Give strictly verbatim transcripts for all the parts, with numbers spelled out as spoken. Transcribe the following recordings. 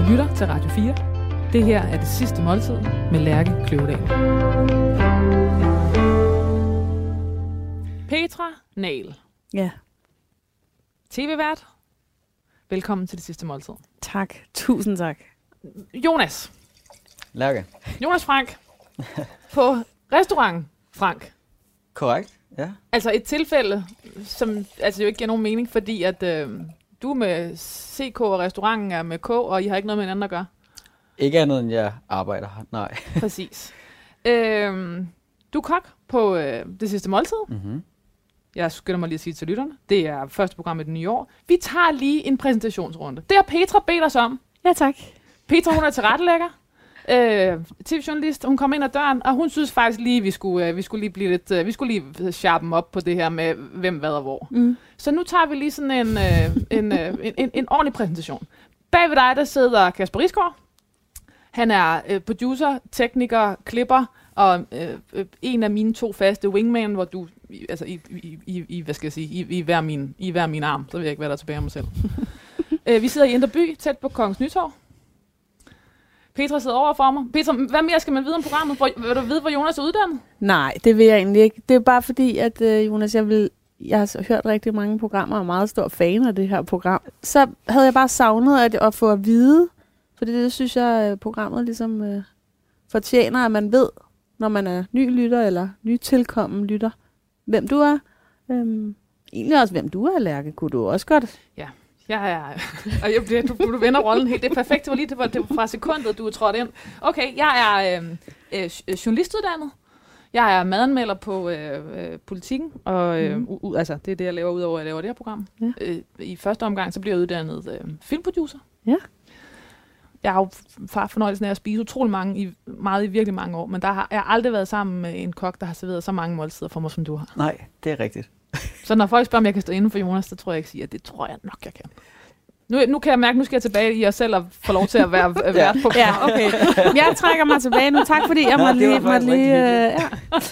lytter til Radio fire. Det her er Det Sidste Måltid med Lærke Kløvedal. Petra Nahl. Ja. T V-vært. Velkommen til Det Sidste Måltid. Tak. Tusind tak. Jonas. Lærke. Jonas Frank. På restaurant Frank. Korrekt, ja. Altså et tilfælde, som altså jo ikke giver nogen mening, fordi at øh, du er med C K, og restauranten er med K, og I har ikke noget med hinanden at gøre. Ikke andet end jeg arbejder her, nej. Præcis. øhm, du er kok på øh, Det Sidste Måltid. Mm-hmm. Jeg skynder mig lige at sige til lytterne. Det er første program i det nye år. Vi tager lige en præsentationsrunde. Det har Petra bedt os om. Ja, tak. Petra, hun er tilrettelægger. Øh, T V-journalist. Hun kom ind ad døren, og hun synes faktisk lige, vi skulle, øh, vi skulle lige blive lidt, øh, vi skulle lige sharpen op på det her med hvem, hvad og hvor. Mm. Så nu tager vi lige sådan en, øh, en, øh, en, en, en ordentlig præsentation. Bag ved dig, der sidder Kasper Risgaard. Han er øh, producer, tekniker, klipper, og øh, øh, en af mine to faste wingman, hvor du, altså i, i, i, i hvad skal jeg sige, i, i, hver min, i hver min arm, så ved jeg ikke, hvad der er tilbage af mig selv. øh, vi sidder i Indre By, tæt på Kongens Nytorv. Petra sidder over for mig. Petra, hvad mere skal man vide om programmet? Hvor, vil du vide, hvor Jonas er uddannet? Nej, det vil jeg egentlig ikke. Det er bare fordi, at øh, Jonas, jeg vil... Jeg har hørt rigtig mange programmer og er meget stor fan af det her program. Så havde jeg bare savnet at, at få at vide, fordi det synes jeg, at programmet ligesom øh, fortjener, at man ved, når man er ny lytter eller nytilkommen lytter, hvem du er. Øhm, egentlig også, hvem du er, Lærke, kunne du også godt. Ja, jeg er... og jeg bliver, du, du vender rollen helt. Det er perfekt. Det var lige det var, det var fra sekundet, du er trådt ind. Okay, jeg er øh, øh, journalistuddannet. Jeg er madanmelder på øh, øh, Politikken, og øh, mm. u- altså, det er det, jeg laver, udover at jeg laver det her program. Ja. Øh, I første omgang, så bliver jeg uddannet øh, filmproducer. Ja. Jeg har jo far fornøjelsen af at spise utrolig mange, i, meget i virkelig mange år, men der har jeg har aldrig været sammen med en kok, der har serveret så mange måltider for mig, som du har. Nej, det er rigtigt. Så når folk spørger, om jeg kan stå inden for Jonas, så tror jeg ikke sige, at det tror jeg nok, jeg kan. Nu, nu kan jeg mærke, at nu skal jeg tilbage i os selv og få lov til at være vært ja. på. Ja, okay. Jeg trækker mig tilbage nu. Tak fordi jeg Nå, måtte lige... Måtte lige øh, ja.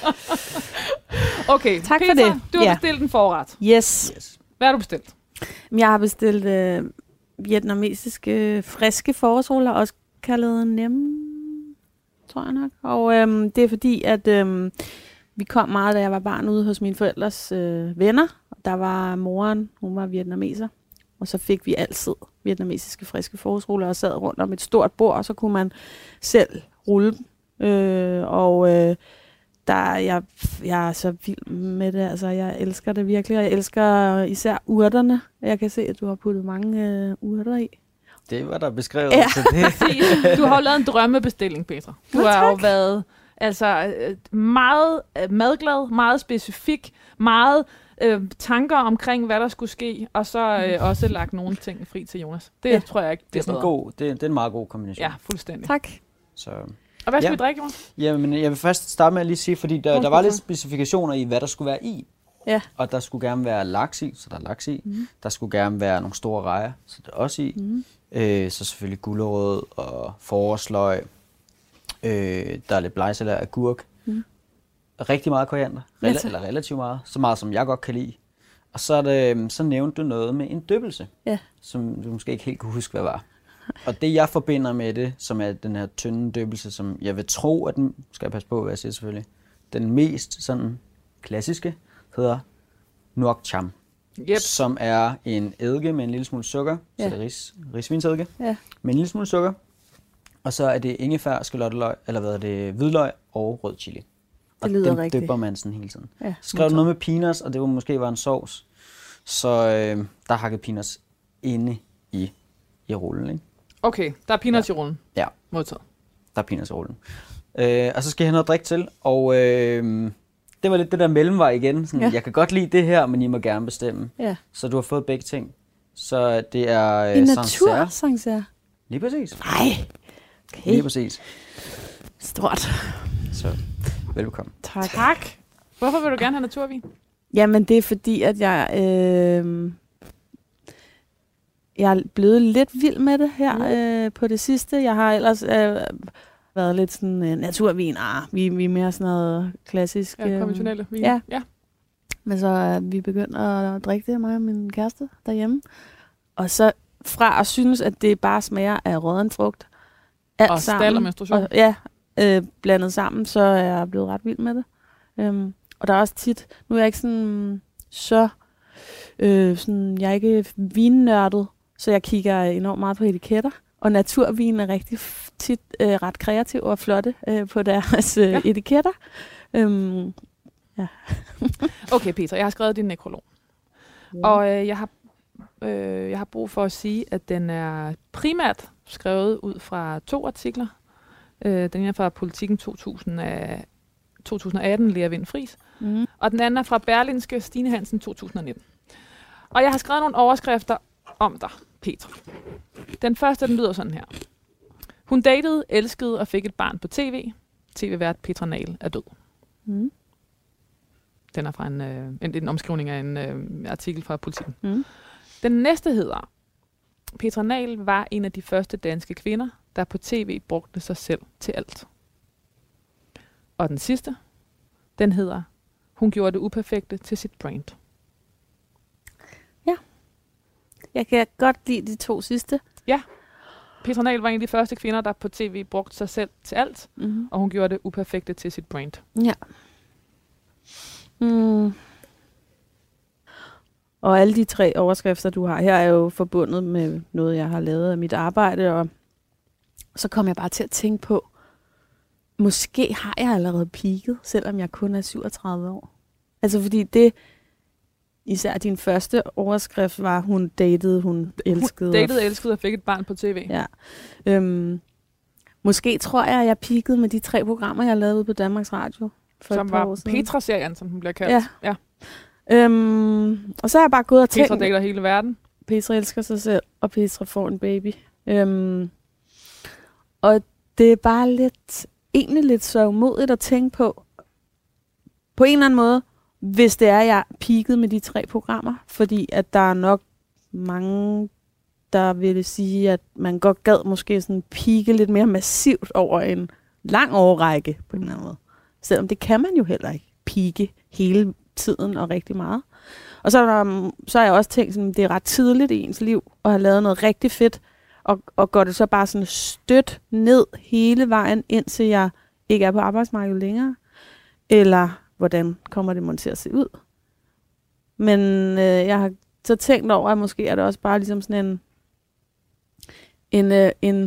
Okay, tak Petra, for det. Du har ja. bestilt en forret. Yes. Yes. Hvad har du bestilt? Jeg har bestilt øh, vietnamesiske friske forårsruller, også kaldet nem, tror jeg nok. Og øhm, det er fordi, at øhm, vi kom meget, da jeg var barn, ude hos mine forældres øh, venner. Der var moren, hun var vietnameser. Og så fik vi altid vietnamesiske friske forårsruller og sad rundt om et stort bord, og så kunne man selv rulle dem. Øh, og øh, der, jeg, jeg er så vild med det. Altså, jeg elsker det virkelig, og jeg elsker især urterne. Jeg kan se, at du har puttet mange øh, urter i. Det var der beskrevet Ja. til det. Du har jo lavet en drømmebestilling, Petra. Du Nå, har jo tak. været altså, meget madglad, meget specifik, meget øh, tanker omkring, hvad der skulle ske, og så øh, også lagt nogle ting fri til Jonas. Det Ja. tror jeg ikke, Det er, sådan en god, det, er, det er en meget god kombination. Ja, fuldstændig. Tak. Så, Og hvad skal Ja. vi drikke, Jonas? jamen, jeg vil først starte med at lige sige, fordi der, der var lidt specifikationer i, hvad der skulle være i. Ja. Og der skulle gerne være laks i, så der er laks i. Mm. Der skulle gerne være nogle store rejer, så der er også i. Mm. Øh, så selvfølgelig gulerod og forårsløg. Øh, der er lidt blegselær, agurk. Mm. Rigtig meget koriander, Ja, Rel- tak. eller relativt meget. Så meget, som jeg godt kan lide. Og så, er det, så nævnte du noget med en dyppelse, Ja. som du måske ikke helt kunne huske, hvad var. Og det, jeg forbinder med det, som er den her tynde dyppelse, som jeg vil tro, at den, skal jeg passe på, hvad jeg siger selvfølgelig, den mest sådan klassiske, hedder nuoc cham. Yep. Som er en eddike med en lille smule sukker, Ja. så det er ris, risvinseddike, Ja. med en lille smule sukker. Og så er det ingefær, skalotteløg, eller hvad er det, hvidløg og rød chili. Og lyder dem rigtigt. dypper man sådan hele tiden. Ja. Så skrev du noget med peanuts, og det var måske var en sovs. Så øh, der hakket peanuts inde i, i rullen, ikke? Okay, der er peanuts ja. i rullen. Ja. Modtaget. Der er peanuts i rullen. Øh, og så skal jeg have noget drik til, og øh, det var lidt det der mellemvej igen. Sådan, Ja. Jeg kan godt lide det her, men I må gerne bestemme. Ja. Så du har fået begge ting. Så det er øh, En Sancerre. natur-Sancerre. Lige præcis. Nej. Okay. Lige præcis. Stort. Så velbekomme. Tak. Tak. Hvorfor vil du gerne have naturvin? Jamen, det er fordi, at jeg... Øh, jeg er blevet lidt vild med det her øh, på det sidste. Jeg har ellers øh, været lidt sådan øh, naturvin. Ah, vi, vi er mere sådan noget klassisk. Ja, konventionelle vin. Ja. ja. Men så er vi begyndt at drikke det, mig og min kæreste derhjemme. Og så fra at synes, at det bare smager af rådden frugt. Alt Og sammen. stald og menstruation. Og, ja, øh, blandet sammen, så er jeg blevet ret vild med det. Øhm, og der er også tit, nu er jeg ikke sådan så, øh, sådan, jeg er ikke vinnørdet, så jeg kigger enormt meget på etiketter. Og naturvin er rigtig f- tit øh, ret kreativ og flotte øh, på deres øh, Ja. etiketter. Øhm, Okay, Petra, jeg har skrevet din nekrolog. ja. Og øh, jeg, har, øh, jeg har brug for at sige, at den er primært skrevet ud fra to artikler. Øh, den ene er fra Politiken to tusind af, to tusind og atten, Lea Vind Friis. Mm. Og den anden er fra Berlingske, Stine Hansen to tusind og nitten. Og jeg har skrevet nogle overskrifter om dig, Petra. Den første, den lyder sådan her. Hun datede, elskede og fik et barn på tv. T V-vært Petra Nahl er død. Mm. Den er fra en, øh, en, en omskrivning af en øh, artikel fra Politiken. Mm. Den næste hedder, Petra Nahl var en af de første danske kvinder, der på tv brugte sig selv til alt. Og den sidste, den hedder, hun gjorde det uperfekte til sit brand. Jeg kan godt lide de to sidste. Petra Nahl var en af de første kvinder, der på tv brugte sig selv til alt, Mm. og hun gjorde det uperfekte til sit brand. Ja. Mm. Og alle de tre overskrifter, du har her, er jo forbundet med noget, jeg har lavet af mit arbejde, og så kom jeg bare til at tænke på, måske har jeg allerede peaked, selvom jeg kun er syvogtredive år. Altså fordi det, især din første overskrift var, hun datede, hun elskede. Hun datede, elskede og fik et barn på tv. Ja. Øhm, måske tror jeg, at jeg peakede med de tre programmer, jeg lavede ude på Danmarks Radio. For Som et par var år siden. Petra-serien, som den bliver kaldt. Ja. ja. Øhm, og så er jeg bare gået og tænkt, Petra dater hele verden. Petra elsker sig selv, og Petra får en baby. Øhm, og det er bare lidt, egentlig lidt så umodigt at tænke på, på en eller anden måde, hvis det er, jeg peaked med de tre programmer, fordi at der er nok mange, der vil sige, at man godt gad måske sådan peake lidt mere massivt over en lang årrække på en eller anden måde. Selvom det kan man jo heller ikke peake hele tiden og rigtig meget. Og så, er der, så har jeg også tænkt, at det er ret tidligt i ens liv at have lavet noget rigtig fedt, og, og går det så bare sådan stødt ned hele vejen, indtil jeg ikke er på arbejdsmarkedet længere. Eller hvordan kommer det mon til at se ud? Men øh, jeg har så tænkt over, at måske er det også bare ligesom sådan en en, øh, en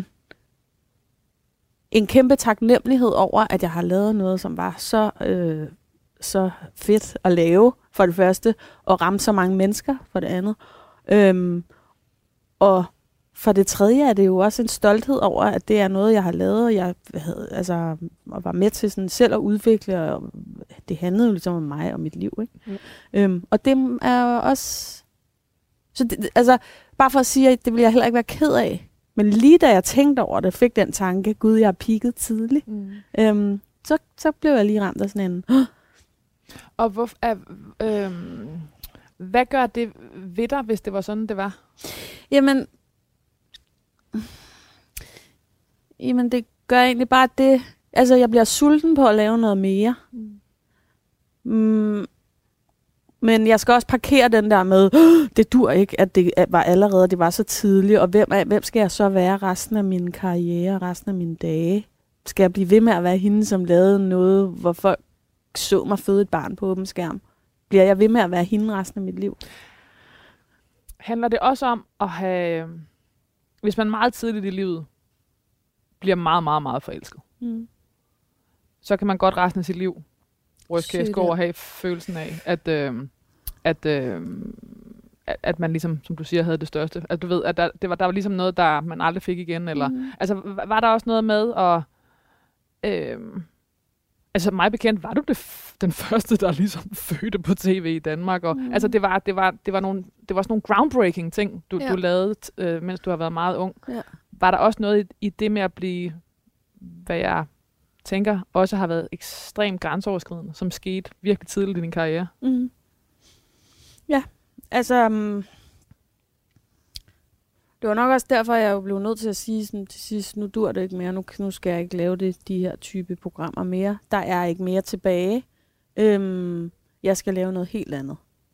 en kæmpe taknemmelighed over, at jeg har lavet noget, som var så, øh, så fedt at lave, for det første, og ramme så mange mennesker, for det andet. Øhm, og for det tredje er det jo også en stolthed over, at det er noget, jeg har lavet, og jeg havde, altså, og var med til sådan selv at udvikle, og det handlede jo ligesom om mig og mit liv. Ikke? Mm. Øhm, og det er også... Så det, altså, bare for at sige, at det vil jeg heller ikke være ked af. Men lige da jeg tænkte over det, fik den tanke, gud, jeg har peaked tidligt. Mm. Øhm, så, så blev jeg lige ramt af sådan en... Og hvor, er, øhm, hvad gør det ved dig, hvis det var sådan, det var? Jamen, jamen, det gør egentlig bare det... Altså, jeg bliver sulten på at lave noget mere. Mm. Mm, men jeg skal også parkere den der med, det dur ikke, at det var allerede, det var så tidligt, og hvem, er, hvem skal jeg så være resten af min karriere, resten af mine dage? Skal jeg blive ved med at være hende, som lavede noget, hvor folk så mig føde et barn på åben skærm? Bliver jeg ved med at være hende resten af mit liv? Handler det også om at have, hvis man meget tidligt i livet bliver meget, meget, meget forelsket, Mm. så kan man godt resten af sit liv worst case Sygt, gå ja. og have følelsen af, at, øh, at, øh, at, at man ligesom, som du siger, havde det største. At du ved, at der, det var, der var ligesom noget, der man aldrig fik igen. Eller, Mm. altså, var var der også noget med at... Øh, altså, mig bekendt, var du det f- den første, der ligesom fødte på tv i Danmark. Og, Mm. altså, det var, det, var, det, var nogle, det var sådan nogle groundbreaking ting, du, Ja. du lavede, t- øh, mens du har været meget ung. Ja. Var der også noget i, i det med at blive, hvad jeg tænker, også har været ekstremt grænseoverskridende, som skete virkelig tidligt i din karriere? Mm. Ja, altså... Um, det var nok også derfor, jeg jo blev nødt til at sige sådan, til sidst, nu dur det ikke mere, nu, nu skal jeg ikke lave det, de her type programmer mere. Der er ikke mere tilbage. Øhm, jeg skal lave noget helt andet.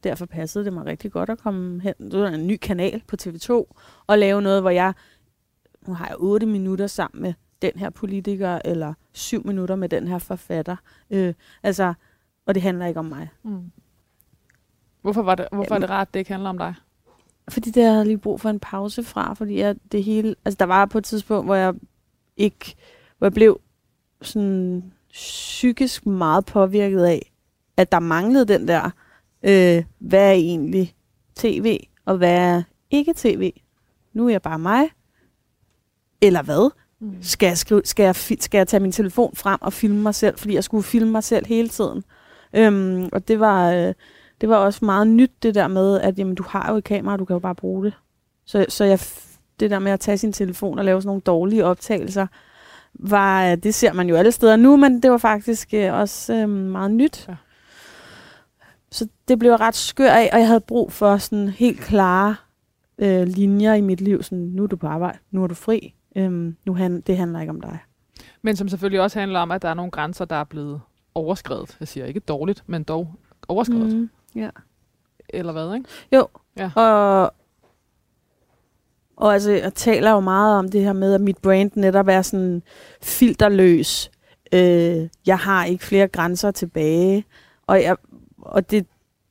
derfor passede det mig rigtig godt at komme hen. Det var en ny kanal på T V to, og lave noget, hvor jeg, nu har jeg otte minutter sammen med den her politiker, eller syv minutter med den her forfatter. Øh, altså, og det handler ikke om mig. Mm. Hvorfor, var det, hvorfor Jamen, er det rart, at det ikke handler om dig? Fordi det havde jeg lige brug for en pause fra, fordi jeg, det hele, altså der var på et tidspunkt, hvor jeg ikke, hvor jeg blev sådan psykisk meget påvirket af, at der manglede den der, øh, hvad er egentlig tv, og hvad er ikke tv? Nu er jeg bare mig. Eller hvad? Mm. Skal, jeg skrive, skal, jeg, skal jeg tage min telefon frem og filme mig selv, fordi jeg skulle filme mig selv hele tiden? Øhm, og det var, øh, det var også meget nyt, det der med, at jamen, du har jo et kamera, du kan jo bare bruge det. Så, så jeg, det der med at tage sin telefon og lave sådan nogle dårlige optagelser, var, det ser man jo alle steder nu, men det var faktisk øh, også øh, meget nyt. Ja. Så det blev ret skør af, og jeg havde brug for sådan helt klare øh, linjer i mit liv. Sådan, nu er du på arbejde, nu er du fri, øhm, nu han, det handler ikke om dig. Men som selvfølgelig også handler om, at der er nogle grænser, der er blevet overskredet. Jeg siger ikke dårligt, men dog overskredet. Mm, ja. Eller hvad, ikke? Jo, ja. og, og altså, jeg taler jo meget om det her med, at mit brand netop er sådan filterløs. Øh, jeg har ikke flere grænser tilbage, og jeg Og det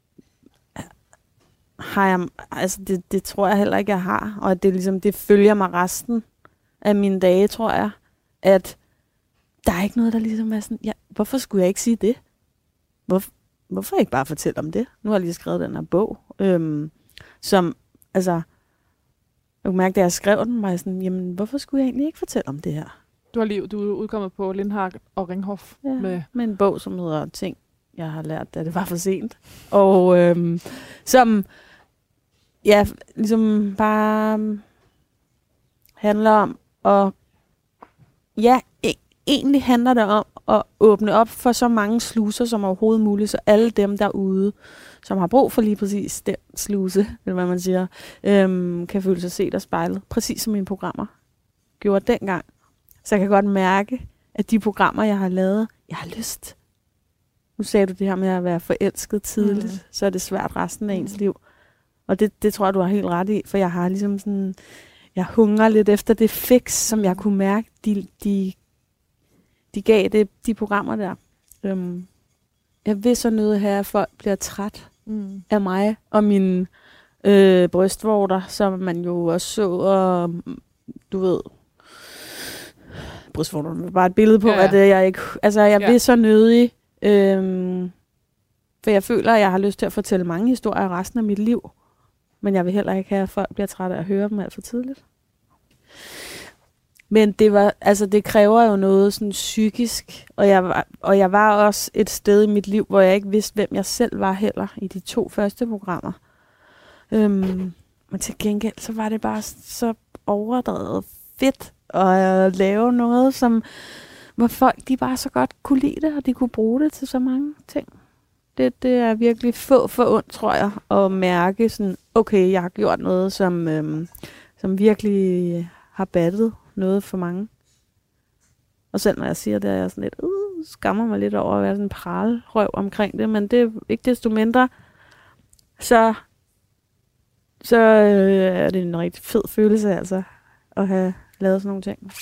har jeg, altså det, det tror jeg heller ikke, jeg har. Og det, ligesom, det følger mig resten af mine dage, tror jeg. At der er ikke noget, der ligesom er sådan, ja, hvorfor skulle jeg ikke sige det? Hvor, hvorfor ikke bare fortælle om det? Nu har jeg lige skrevet den her bog, øhm, som, altså, jeg kunne mærke, da jeg skrev den, var jeg sådan, jamen, hvorfor skulle jeg egentlig ikke fortælle om det her? Du har lige, du er udkommet på Lindhardt og Ringhof. Ja, med, med en bog, som hedder Ting, jeg har lært, da det var for sent. Og øhm, som, ja, ligesom bare um, handler om, og ja, e- egentlig handler det om at åbne op for så mange sluser som overhovedet muligt, så alle dem derude, som har brug for lige præcis den sluse, eller hvad man siger, øhm, kan føle sig set og spejlet, præcis som mine programmer gjorde dengang. Så jeg kan godt mærke, at de programmer, jeg har lavet, jeg har lyst. Nu sagde du det her med at være forelsket tidligt, mm. så er det svært resten af ens liv. Og det, det tror jeg, du har helt ret i, for jeg har ligesom sådan, jeg hungrer lidt efter det fix, som jeg kunne mærke, de, de, de gav det, de programmer der. Øhm, jeg vil så nødt her, at folk bliver træt mm. af mig og mine øh, brystvorter, som man jo også så, og du ved, brystvorter er bare et billede på, ja, ja. at øh, jeg ikke, altså jeg ja. vil så nødig, øhm, for jeg føler, at jeg har lyst til at fortælle mange historier resten af mit liv, men jeg vil heller ikke have, at folk bliver trætte af at høre dem alt for tidligt. Men det var, altså det kræver jo noget sådan psykisk, og jeg var, og jeg var også et sted i mit liv, hvor jeg ikke vidste, hvem jeg selv var heller i de to første programmer. Øhm, men til gengæld, så var det bare så overdrevet fedt at lave noget, som, hvor folk de bare så godt kunne lide det, og de kunne bruge det til så mange ting. Det, det er virkelig få for ondt, tror jeg, at mærke sådan, okay, jeg har gjort noget, som, øhm, som virkelig har battet noget for mange. Og selv når jeg siger det, er jeg sådan lidt, uh, skammer mig lidt over at være sådan en pralrøv omkring det, men det er ikke desto mindre, så, så øh, er det en rigtig fed følelse, altså, at have lavet sådan nogle ting.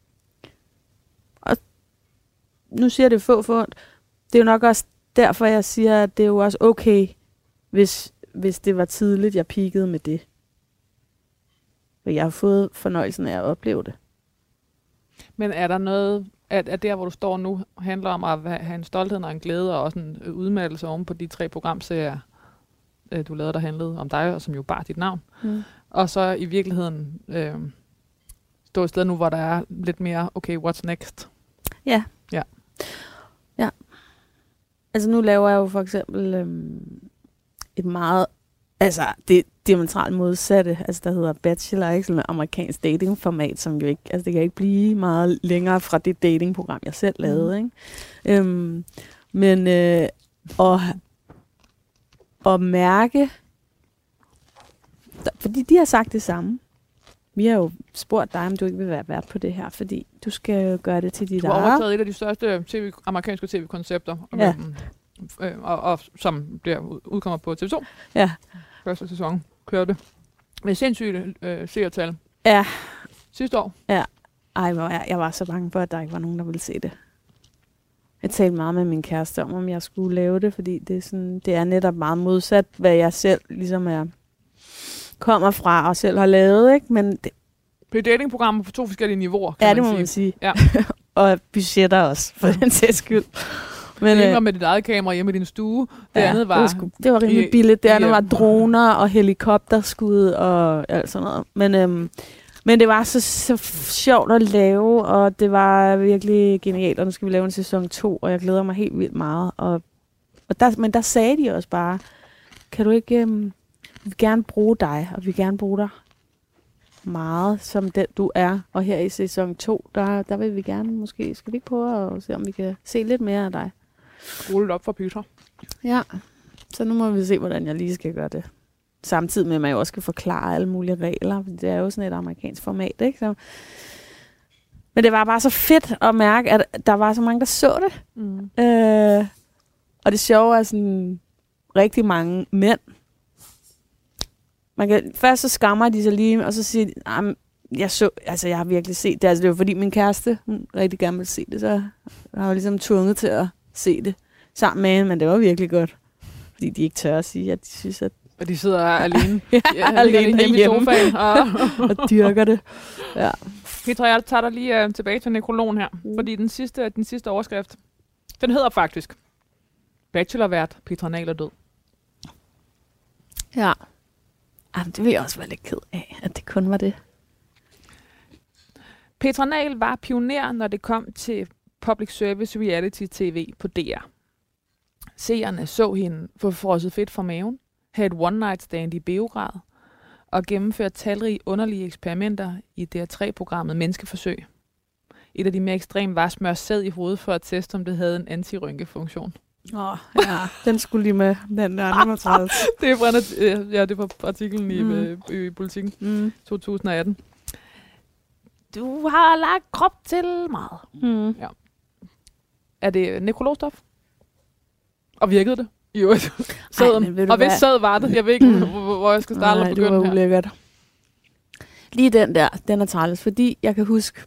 Og nu siger det få for ondt. Det er jo nok også derfor, jeg siger, at det er jo også okay, hvis, hvis det var tidligt, jeg peakede med det. For jeg har fået fornøjelsen af at opleve det. Men er der noget, at, at der, hvor du står nu, handler om at have en stolthed og en glæde, og også en udmeldelse oven på de tre programserier, du lavede, der handlede om dig, og som jo bar dit navn. Mm. Og så i virkeligheden øh, stå et sted nu, hvor der er lidt mere, okay, what's next? Ja. Ja. Ja. Altså nu laver jeg jo for eksempel øhm, et meget, altså det diametralt modsatte, altså der hedder Bachelor, ikke, som er amerikansk datingformat, som jo ikke, altså det kan ikke blive meget længere fra det datingprogram, jeg selv lavede, mm. ikke? Øhm, men øh, at, at mærke, der, fordi de har sagt det samme. Vi har jo spurgt dig, om du ikke vil være vært på det her, fordi du skal gøre det til dit eget. Du har overtaget et af de største T V, amerikanske tv-koncepter, ja. med, øh, og, og som bliver udkommer på T V to. Ja. Første sæson kørte med sindssyge øh, seertal. Ja. Sidste år. Ja. Ej, hvor jeg, jeg var så bange for, at der ikke var nogen, der ville se det. Jeg talte meget med min kæreste om, om jeg skulle lave det, fordi det er, sådan, det er netop meget modsat, hvad jeg selv ligesom er, kommer fra og selv har lavet, ikke? Men det, det er datingprogrammer på to forskellige niveauer, kan ja, man det må sige. man sige. Ja. Og budgetter også, for den sags skyld. Men, det ene var med dit eget kamera hjemme i din stue. Det ja, andet var... Det var, sgu, det var rimelig i, billigt. Det andet i, var droner og helikopterskud og alt sådan noget. Men, øhm, men det var så, så sjovt at lave, og det var virkelig genialt. Og nu skal vi lave en sæson to, og jeg glæder mig helt vildt meget. Og, og der, men der sagde de også bare, kan du ikke... Øhm, vi vil gerne bruge dig, og vi vil gerne bruge dig meget, som den du er. Og her i sæson to, der, der vil vi gerne måske... Skal vi ikke prøve at se, om vi kan se lidt mere af dig? Rullet op for Peter. Ja, så nu må vi se, hvordan jeg lige skal gøre det. Samtidig med, at man jo også skal forklare alle mulige regler. Det er jo sådan et amerikansk format, ikke? Så. Men det var bare så fedt at mærke, at der var så mange, der så det. Mm. Øh, og det sjove er sådan rigtig mange mænd. Man kan, først så skammer de sig lige, og så siger de, jeg så, altså jeg har virkelig set det. Altså det var fordi min kæreste, hun rigtig gerne ville se det, så jeg var ligesom tvunget til at se det sammen med hende, men det var virkelig godt. Fordi de ikke tør at sige, at de synes, at... Og de sidder alene. ja, ja, alene hjemme i sofaen. Og, og dyrker det. Ja. Petra, jeg tager dig lige uh, tilbage til nekrologen her. Mm. Fordi den sidste, den sidste overskrift, den hedder faktisk Bachelorvært Petra Nahl er død. Ja. Jamen, det vil jeg også være lidt ked af, at det kun var det. Petra Nahl var pioner, når det kom til public service reality tv på D R. Seerne så hende få frosset fedt fra maven, have et one-night stand i Beograd og gennemføre talrige underlige eksperimenter i D R tre-programmet Menneskeforsøg. Et af de mere ekstreme var smør sæd i hovedet for at teste, om det havde en antirynkefunktion. Åh, oh, ja. Den skulle lige med, den der nummer tredive. Det er fra, ja, det var artiklen i, mm. i, i Politikken mm. to tusind og atten. Du har lagt krop til meget. Mm. Ja. Er det nekrologstof? Og virkede det? Jo, sæden. Ej, og hvis sæd var det, jeg ved ikke, hvor, hvor jeg skal starte og begynde her. Det var ulækkert. Lige den der, den er træls, fordi jeg kan huske,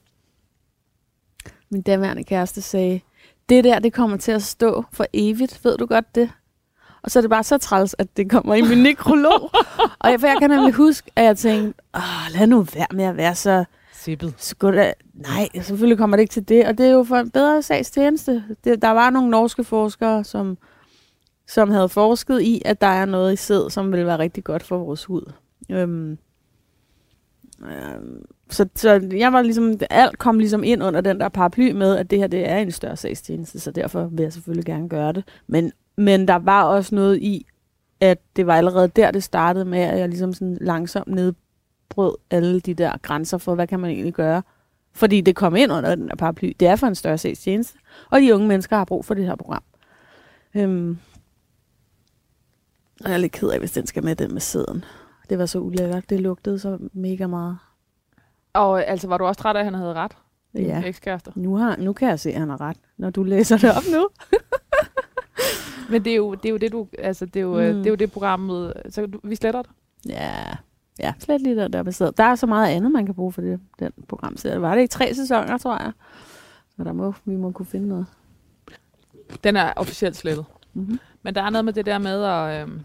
min daværende kæreste sagde, det der, det kommer til at stå for evigt, ved du godt det? Og så er det bare så træls, at det kommer i min nekrolog. Og jeg, for jeg kan nemlig huske, at jeg tænkte, åh, lad nu være med at være så... Sippet. Så da, nej, selvfølgelig kommer det ikke til det. Og det er jo for en bedre sagstjeneste. Det, der var nogle norske forskere, som, som havde forsket i, at der er noget i sæd, som vil være rigtig godt for vores hud. Øhm, øhm, så, så jeg var ligesom, alt kom ligesom ind under den der paraply med, at det her det er en større sagstjeneste, så derfor vil jeg selvfølgelig gerne gøre det. Men, men der var også noget i, at det var allerede der, det startede med, at jeg ligesom sådan langsomt nedbrød alle de der grænser for, hvad kan man egentlig gøre. Fordi det kom ind under den der paraply. Det er for en større sagstjeneste, og de unge mennesker har brug for det her program. Øhm, og jeg er lidt ked af, hvis den skal med den med sæden. Det var så ulækkert. Det lugtede så mega meget. Og altså, var du også træt af, at han havde ret? Ja. Ekskærester. Nu, har, nu kan jeg se, at han har ret, når du læser det op nu. Men det er jo det, er jo det du, altså det er jo, mm. det er jo det programmet, så du, vi sletter det. Ja, ja, slet lige der, der baseret. Der er så meget andet, man kan bruge for det, den program. Så var det i tre sæsoner, tror jeg. Så der må, vi må kunne finde noget. Den er officielt slettet. Mm-hmm. Men der er noget med det der med at... Øhm,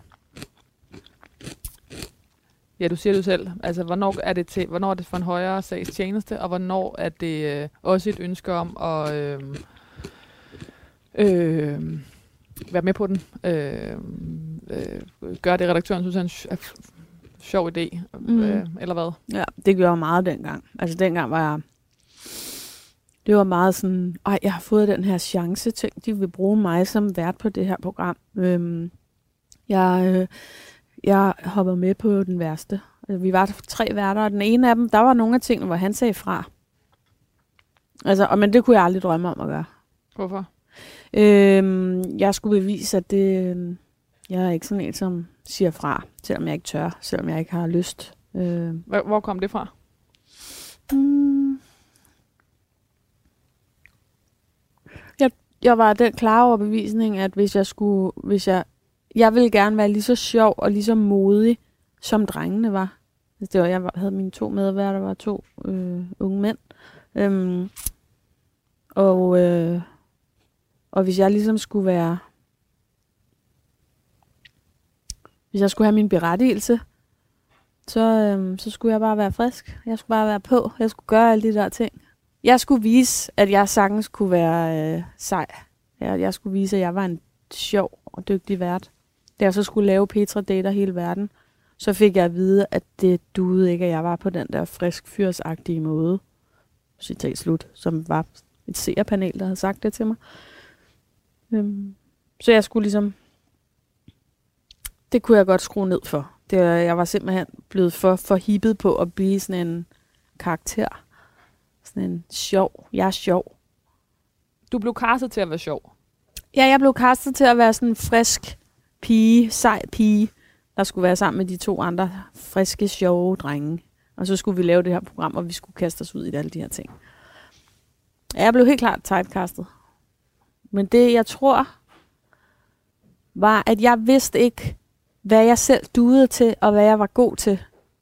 ja, du siger det jo selv. Altså, hvornår er det til, hvornår er det for en højere sagstjeneste, og hvornår er det øh, også et ønske om at øh, øh, være med på den. Øh, øh, gøre det, redaktøren synes er en sj- sjov idé, mm. øh, eller hvad? Ja, det gjorde jeg meget dengang. Altså, dengang var jeg... Det var meget sådan, ej, jeg har fået den her chance, tænk, de vil bruge mig som vært på det her program. Øhm, jeg, øh, jeg hoppede med på den værste. Vi var tre værter, og den ene af dem, der var nogle af tingene, hvor han sagde fra. Altså, og, men det kunne jeg aldrig drømme om at gøre. Hvorfor? Øhm, jeg skulle bevise, at det, jeg er ikke sådan en, som siger fra, selvom jeg ikke tør, selvom jeg ikke har lyst. Øh, hvor, hvor kom det fra? Mm, Jeg, jeg var den klare overbevisning, at hvis jeg skulle, hvis jeg, jeg ville gerne være lige så sjov og lige så modig, som drengene var. Det var, jeg havde mine to medværter, der var to øh, unge mænd. Øhm, og, øh, og hvis jeg ligesom skulle være, hvis jeg skulle have min berettigelse, så, øh, så skulle jeg bare være frisk. Jeg skulle bare være på. Jeg skulle gøre alle de der ting. Jeg skulle vise, at jeg sagtens kunne være øh, sej. Jeg, jeg skulle vise, at jeg var en sjov og dygtig vært. Da jeg så skulle lave Petra dater hele verden, så fik jeg at vide, at det duede ikke, at jeg var på den der frisk fyrsagtige måde. Citat slut, som var et seerpanel, der havde sagt det til mig. Øhm, så jeg skulle ligesom... Det kunne jeg godt skrue ned for. Det, jeg var simpelthen blevet for, for hippet på at blive sådan en karakter. Sådan en sjov. Jeg er sjov. Du blev castet til at være sjov. Ja, jeg blev castet til at være sådan en frisk pige, sej pige, der skulle være sammen med de to andre friske, sjove drenge. Og så skulle vi lave det her program, og vi skulle kaste os ud i alle de her ting. Jeg blev helt klart typecastet. Men det, jeg tror, var, at jeg vidste ikke, hvad jeg selv duede til, og hvad jeg var god til.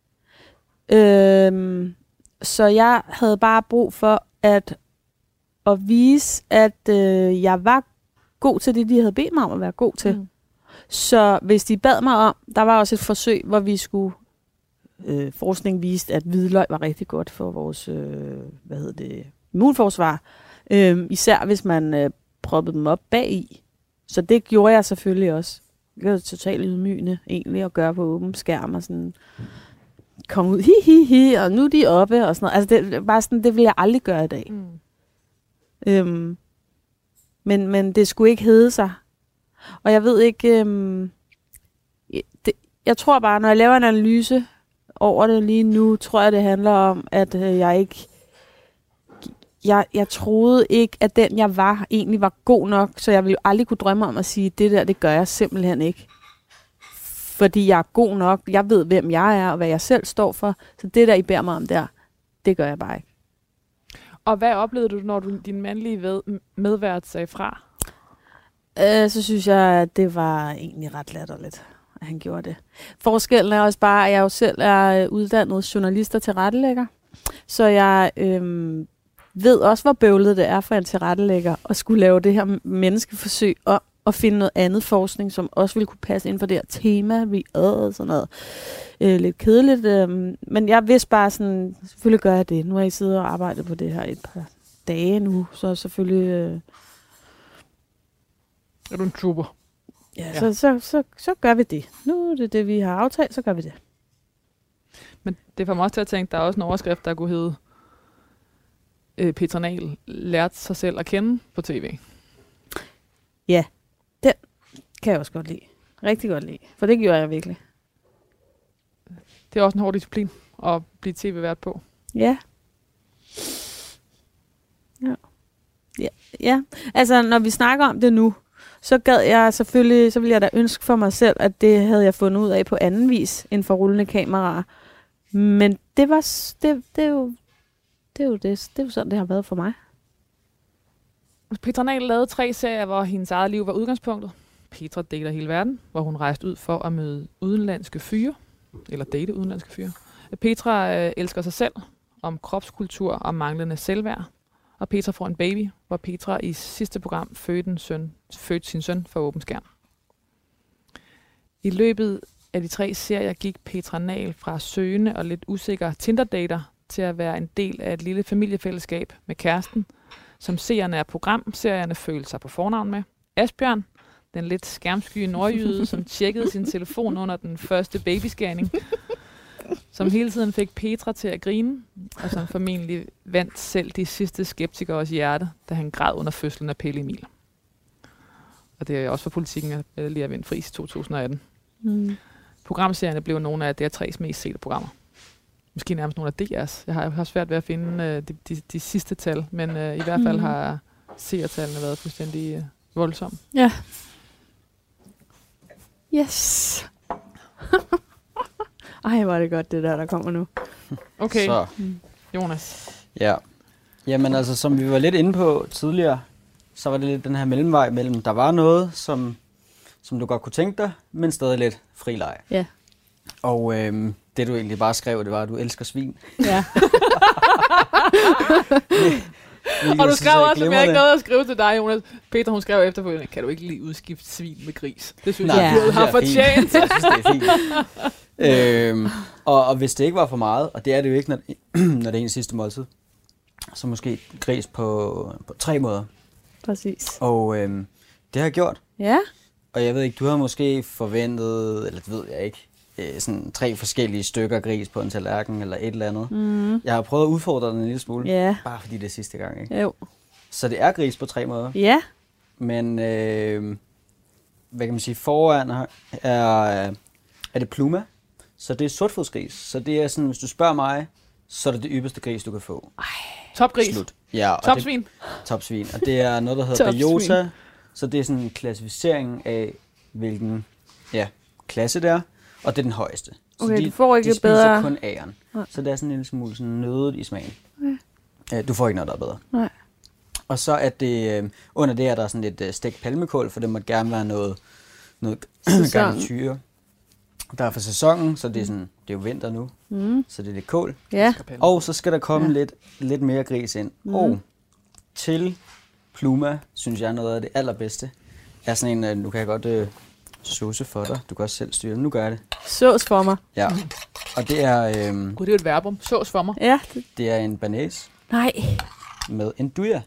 Øhm, så jeg havde bare brug for at, at vise, at øh, jeg var god til det, de havde bedt mig om at være god til. Mm. Så hvis de bad mig om, der var også et forsøg, hvor vi skulle, øh, forskning viste, at hvidløg var rigtig godt for vores, øh, hvad hedder det, immunforsvar. Øh, især hvis man øh, proppede dem op bag i. Så det gjorde jeg selvfølgelig også. Det var totalt ydmygende egentlig at gøre på åben skærm og sådan komme ud, hi hi hi, og nu er de oppe og sådan noget. Altså det, bare sådan, det ville jeg aldrig gøre i dag. Mm. Øhm, men, men det skulle ikke hedde sig. Og jeg ved ikke, øhm, det, jeg tror bare, når jeg laver en analyse over det lige nu, tror jeg, det handler om, at øh, jeg ikke, jeg, jeg troede ikke, at den, jeg var, egentlig var god nok, så jeg ville jo aldrig kunne drømme om at sige, det der, det gør jeg simpelthen ikke. Fordi jeg er god nok, jeg ved, hvem jeg er, og hvad jeg selv står for, så det der, I beder mig om der, det gør jeg bare ikke. Og hvad oplevede du, når du, din mandlige ved, medvært sagde fra? Øh, så synes jeg, at det var egentlig ret latterligt, at han gjorde det. Forskellen er også bare, at jeg jo selv er uddannet journalist og tilrettelægger. Så jeg øh, ved også, hvor bøvlet det er for en tilrettelægger at skulle lave det her menneskeforsøg om at finde noget andet forskning, som også ville kunne passe ind på det her tema, vi og sådan noget. Øh, lidt kedeligt, øh, men jeg vidste bare sådan, selvfølgelig gør jeg det. Nu har I siddet og arbejdet på det her et par dage nu, så selvfølgelig... Øh, er du en trooper? Ja, ja. Så, så, så, så gør vi det. Nu er det det, vi har aftalt, så gør vi det. Men det får mig også til at tænke, der er også en overskrift, der kunne hedde øh, Petra Nagel lærte sig selv at kende på tv. Ja, den kan jeg også godt lide. Rigtig godt lide, for det gjorde jeg virkelig. Det er også en hård disciplin at blive tv-vært på. Ja. Ja. Ja. Ja, altså når vi snakker om det nu, så gad jeg selvfølgelig, så ville jeg da ønske for mig selv, at det havde jeg fundet ud af på anden vis end for rullende kameraer. Men det var, det, det er jo, det er jo det, det er jo sådan, det har været for mig. Petra Nagel lavede tre serier, hvor hendes eget liv var udgangspunktet. Petra dater hele verden, hvor hun rejste ud for at møde udenlandske fyre, eller date udenlandske fyre. Petra øh, elsker sig selv, om kropskultur og manglende selvværd. Og Petra får en baby, hvor Petra i sidste program fødte, en søn, fødte sin søn for åben skærm. I løbet af de tre serier gik Petra Nagel fra søgende og lidt usikker Tinder-dater til at være en del af et lille familiefællesskab med kæresten, som seerne af programserierne følte sig på fornavn med. Asbjørn, den lidt skærmsky nordjyde, som tjekkede sin telefon under den første babyscanning, som hele tiden fik Petra til at grine, og som formentlig vandt selv de sidste skeptikeres hjerte, da han græd under fødslen af Pelle Emil. Og det er også for Politikken at lige at vinde Friis i to tusind og atten. Mm. Programserierne blev nogle af D R tre's mest sete programmer. Måske nærmest nogle af D R's. Jeg har, jeg har svært ved at finde uh, de, de, de sidste tal, men uh, i hvert fald mm. har seertallene været fuldstændig uh, voldsomme. Ja. Yes. Ej, hvor er det godt, det der, der kommer nu. Okay, så. Jonas. Ja. Jamen altså, som vi var lidt inde på tidligere, så var det lidt den her mellemvej mellem, der var noget, som, som du godt kunne tænke dig, men stadig lidt fri leg. Ja. Og øhm, det du egentlig bare skrev, det var, at du elsker svin. Ja. Og du skrev også, som jeg ikke nåede at skrive til dig, Jonas. Petra, hun skrev efterfølgende, kan du ikke lige udskifte svin med gris? Det synes Nej, jeg, ja. du har fortjent. Jeg synes, det er fint. øhm, og, og hvis det ikke var for meget, og det er det jo ikke, når, når det er en sidste måltid, så måske gris på, på tre måder. Præcis. Og øhm, det har jeg gjort. Ja. Og jeg ved ikke, du har måske forventet, eller det ved jeg ikke, øh, sådan tre forskellige stykker gris på en tallerken, eller et eller andet. Mm. Jeg har prøvet at udfordre den en lille smule, Ja. bare fordi det er sidste gang, ikke? Jo. Så det er gris på tre måder. Ja. Men, øh, hvad kan man sige, foran er, er, er det pluma, så det er sortfodsgris. Så det er sådan, hvis du spørger mig, så er det det ypperste gris, du kan få. Topgris. Slut. Ja, og Topsvin. Det, topsvin. Og det er noget, der hedder Topsvin. biota. Så det er sådan en klassificering af, hvilken ja, klasse det er. Og det er den højeste. Så Okay, de, du får ikke de spiser bedre- kun æren. Nej. Så det er sådan en lille smule sådan nødet i smagen. Okay. Du får ikke noget, der er bedre. Nej. Og så er det, øh, under det er der sådan lidt øh, stegt palmekål, for det må gerne være noget, noget Sæson. garnityre. Der er for sæsonen, så det er, sådan, det er jo vinter nu, Mm. så det er lidt kål. Ja. Og så skal der komme Ja. lidt, lidt mere gris ind. Mm. Og til pluma, synes jeg noget af det allerbedste, er sådan en, øh, nu kan jeg godt øh, sauce for dig. Du kan også selv styre det. Nu gør jeg det. Sås for mig. Ja. Og det er, øh, Gud, det er jo et verbum. Sås for mig. Ja. Det... det er en banæs Nej. med enduja.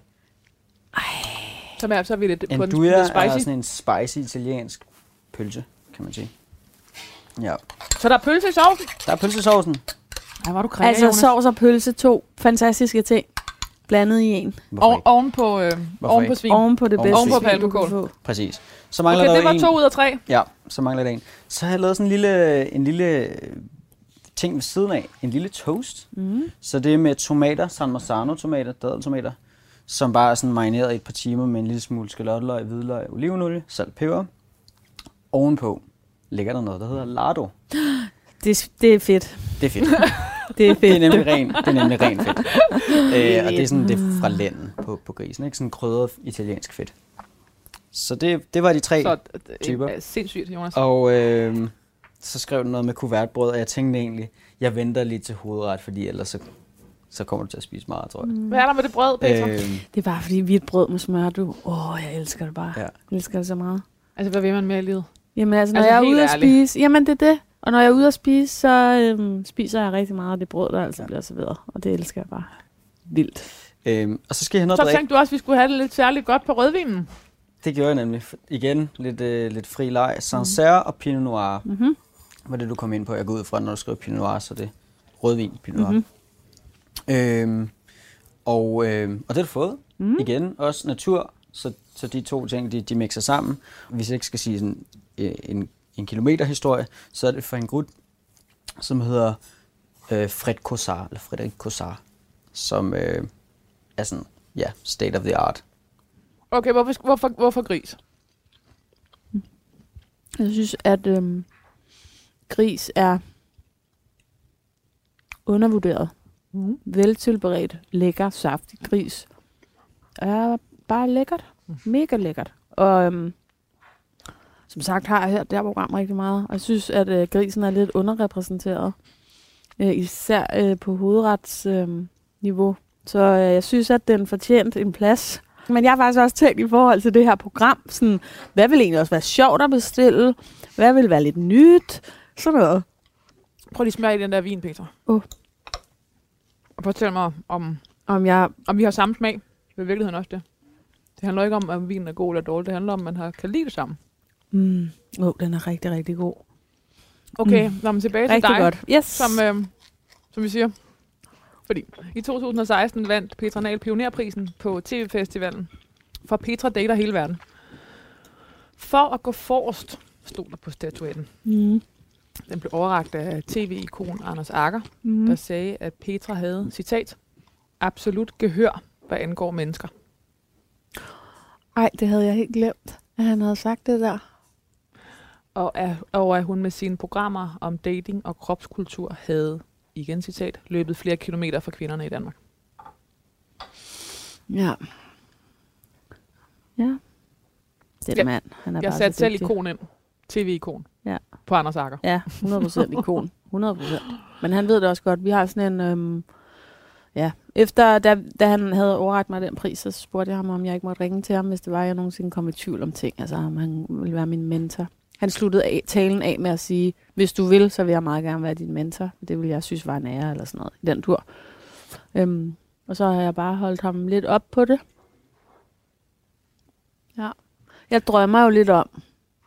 Så er, så er vi lidt på den Enduja lidt er spicy. sådan en spicy italiensk pølse, kan man sige. Ja. Så der er pølse i sovsen. Der er pølsesovsen. Ej, var du kræver, Altså Jonas. sovs og pølse, to fantastiske ting. Blandet i en. Hvorfor Oven, ikke? oven på, øh, Hvorfor oven på ikke? svin. Oven på det Oven bedste. på svin, du palmekål. kan få. Præcis. Så mangler Okay, der det jo var en. to ud af tre. Ja, så mangler der en. Så har jeg lavet sådan en lille, en lille ting ved siden af. En lille toast. Mm. Så det er med tomater, San Marzano tomater, dadeltomater, som bare er sådan marineret i et par timer med en lille smule skalotteløg, hvidløg, olivenolie, salt, peber. Ovenpå ligger der noget, der hedder lardo. Det, det er fedt. Det er fedt. Det er fedt. Det er nemlig ren, det er nemlig ren fedt. øh, og det er sådan det er fra lænden på, på grisen, ikke? Sådan krydret italiensk fedt. Så det, det var de tre. Så øh, typer. øh, sindssygt, Jonas. Og øh, så skrev den noget med kuvertbrød, og jeg tænkte egentlig, jeg venter lige til hovedret, fordi ellers så, så kommer du til at spise meget, tror jeg. Mm. Hvad er der med det brød, Petra? Øh. Øh, Det er bare fordi hvidt brød med smør, du. Åh, oh, jeg elsker det bare. Ja. Jeg elsker det så meget. Altså, hvad vil man med i livet? Jamen altså, når Altså, jeg er helt ude at ærligt. spise, jamen det er det. Og når jeg er ude at spise, så øhm, spiser jeg rigtig meget af det brød, der altså Ja. bliver serveret. Og det elsker jeg bare. Vildt. øh, og så skal jeg have noget Så at drikke. tænkte du også, at vi skulle have det lidt særligt godt på rødvinen. Det gjorde jeg nemlig. Igen, lidt, øh, lidt fri leg. Sancerre og Pinot Noir Mhm. var det, du kom ind på. Jeg går ud fra, når du skriver Pinot Noir, så det er rødvin Pinot Noir. Mhm. Øhm, og, øhm, og det har du fået. Mhm. Igen, også natur. Så, så de to ting, de, de mixer sammen. Hvis jeg ikke skal sige sådan øh, en, en kilometer historie, så er det for en grut, som hedder øh, Fred Cossard, eller Frederik Cossard, som øh, er sådan, ja, state of the art. Okay, hvorfor, hvorfor, hvorfor gris? Jeg synes, at øhm, gris er undervurderet. Mm. Veltilberedt, lækker, saftig gris. Er bare lækkert. Mega lækkert. Og øhm, som sagt har jeg her det her program rigtig meget. Og jeg synes, at øh, grisen er lidt underrepræsenteret. Øh, især øh, på hovedretsniveau. Øh, niveau. Så øh, jeg synes, at den fortjente en plads. Men jeg har faktisk også tænkt i forhold til det her program, sådan, hvad vil egentlig også være sjovt at bestille? Hvad vil være lidt nyt? Sådan noget. Prøv lige at smage i den der vin, Petra. Uh. Og fortæl mig, om, Om jeg... om vi har samme smag. Det er i virkeligheden også det. Det handler ikke om, om vinen er god eller dårlig. Det handler om, at man har, kan lide det sammen. Mm, oh, den er rigtig, rigtig god. Okay, mm. Lad mig tilbage til Rigtig dig. godt. Yes. Som, øh, som vi siger. Fordi i to tusind og seksten vandt Petra Nahl pionerprisen på T V-festivalen for Petra dater hele verden. For at gå forrest, stod der på statuetten. Mm. Den blev overrakt af tv-ikon Anders Agger, Mm. der sagde, at Petra havde, citat, absolut gehør, hvad angår mennesker. Ej, det havde jeg helt glemt, at han havde sagt det der. Og at, og at hun med sine programmer om dating og kropskultur havde, igen citat, løbet flere kilometer for kvinderne i Danmark. Ja. Ja. Den Ja. mand, han er Jeg bare satte så selv dygtig. ikon ind. T V-ikon. Ja. På Anders Agger. Ja, hundrede procent ikon. hundrede procent. Men han ved det også godt. Vi har sådan en... Øhm, ja, efter da, da han havde overrakt mig den pris, så spurgte jeg ham, om jeg ikke måtte ringe til ham, hvis det var, jeg nogensinde kom i tvivl om ting. Altså, om han ville være min mentor. Han sluttede af, talen af med at sige, hvis du vil, så vil jeg meget gerne være din mentor. Det vil jeg synes var en ære eller sådan noget i den tur. Øhm, og så har jeg bare holdt ham lidt op på det. Ja. Jeg drømmer jo lidt om...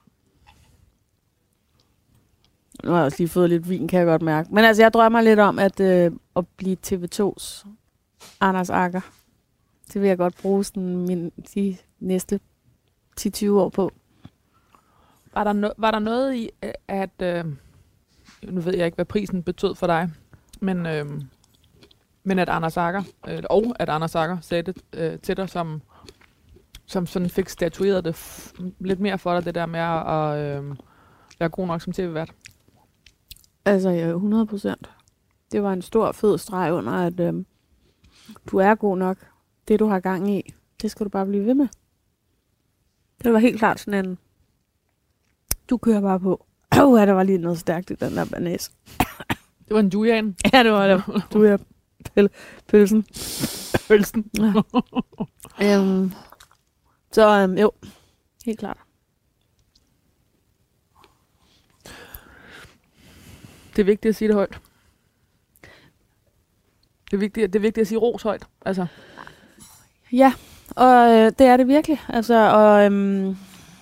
Nu har jeg også lige fået lidt vin, kan jeg godt mærke. Men altså, jeg drømmer lidt om at, øh, at blive T V to's Anders Agger. Det vil jeg godt bruge sådan min, de næste ti til tyve år på. Var der, no- var der noget i, at... Øh, nu ved jeg ikke, hvad prisen betød for dig, men, øh, men at Anders Agger, øh, og at Anders Agger sagde det øh, til dig, som, som sådan fik statueret det f- lidt mere for dig, det der med at øh, være god nok som T V-vært? Altså, ja, hundrede procent. Det var en stor, fed streg under, at øh, du er god nok. Det, du har gang i, det skal du bare blive ved med. Det var helt klart sådan en... Du kører bare på. Åh, oh, der var lige noget stærkt i den der banæs. Det var en julian. Ja, det var det. Du er pøl- pølsen. Pølsen. Ja. um, så um, jo, helt klart. Det er vigtigt at sige det højt. Det er vigtigt, det er vigtigt at sige ros højt. Altså. Ja, og øh, det er det virkelig. Altså, og... Øhm,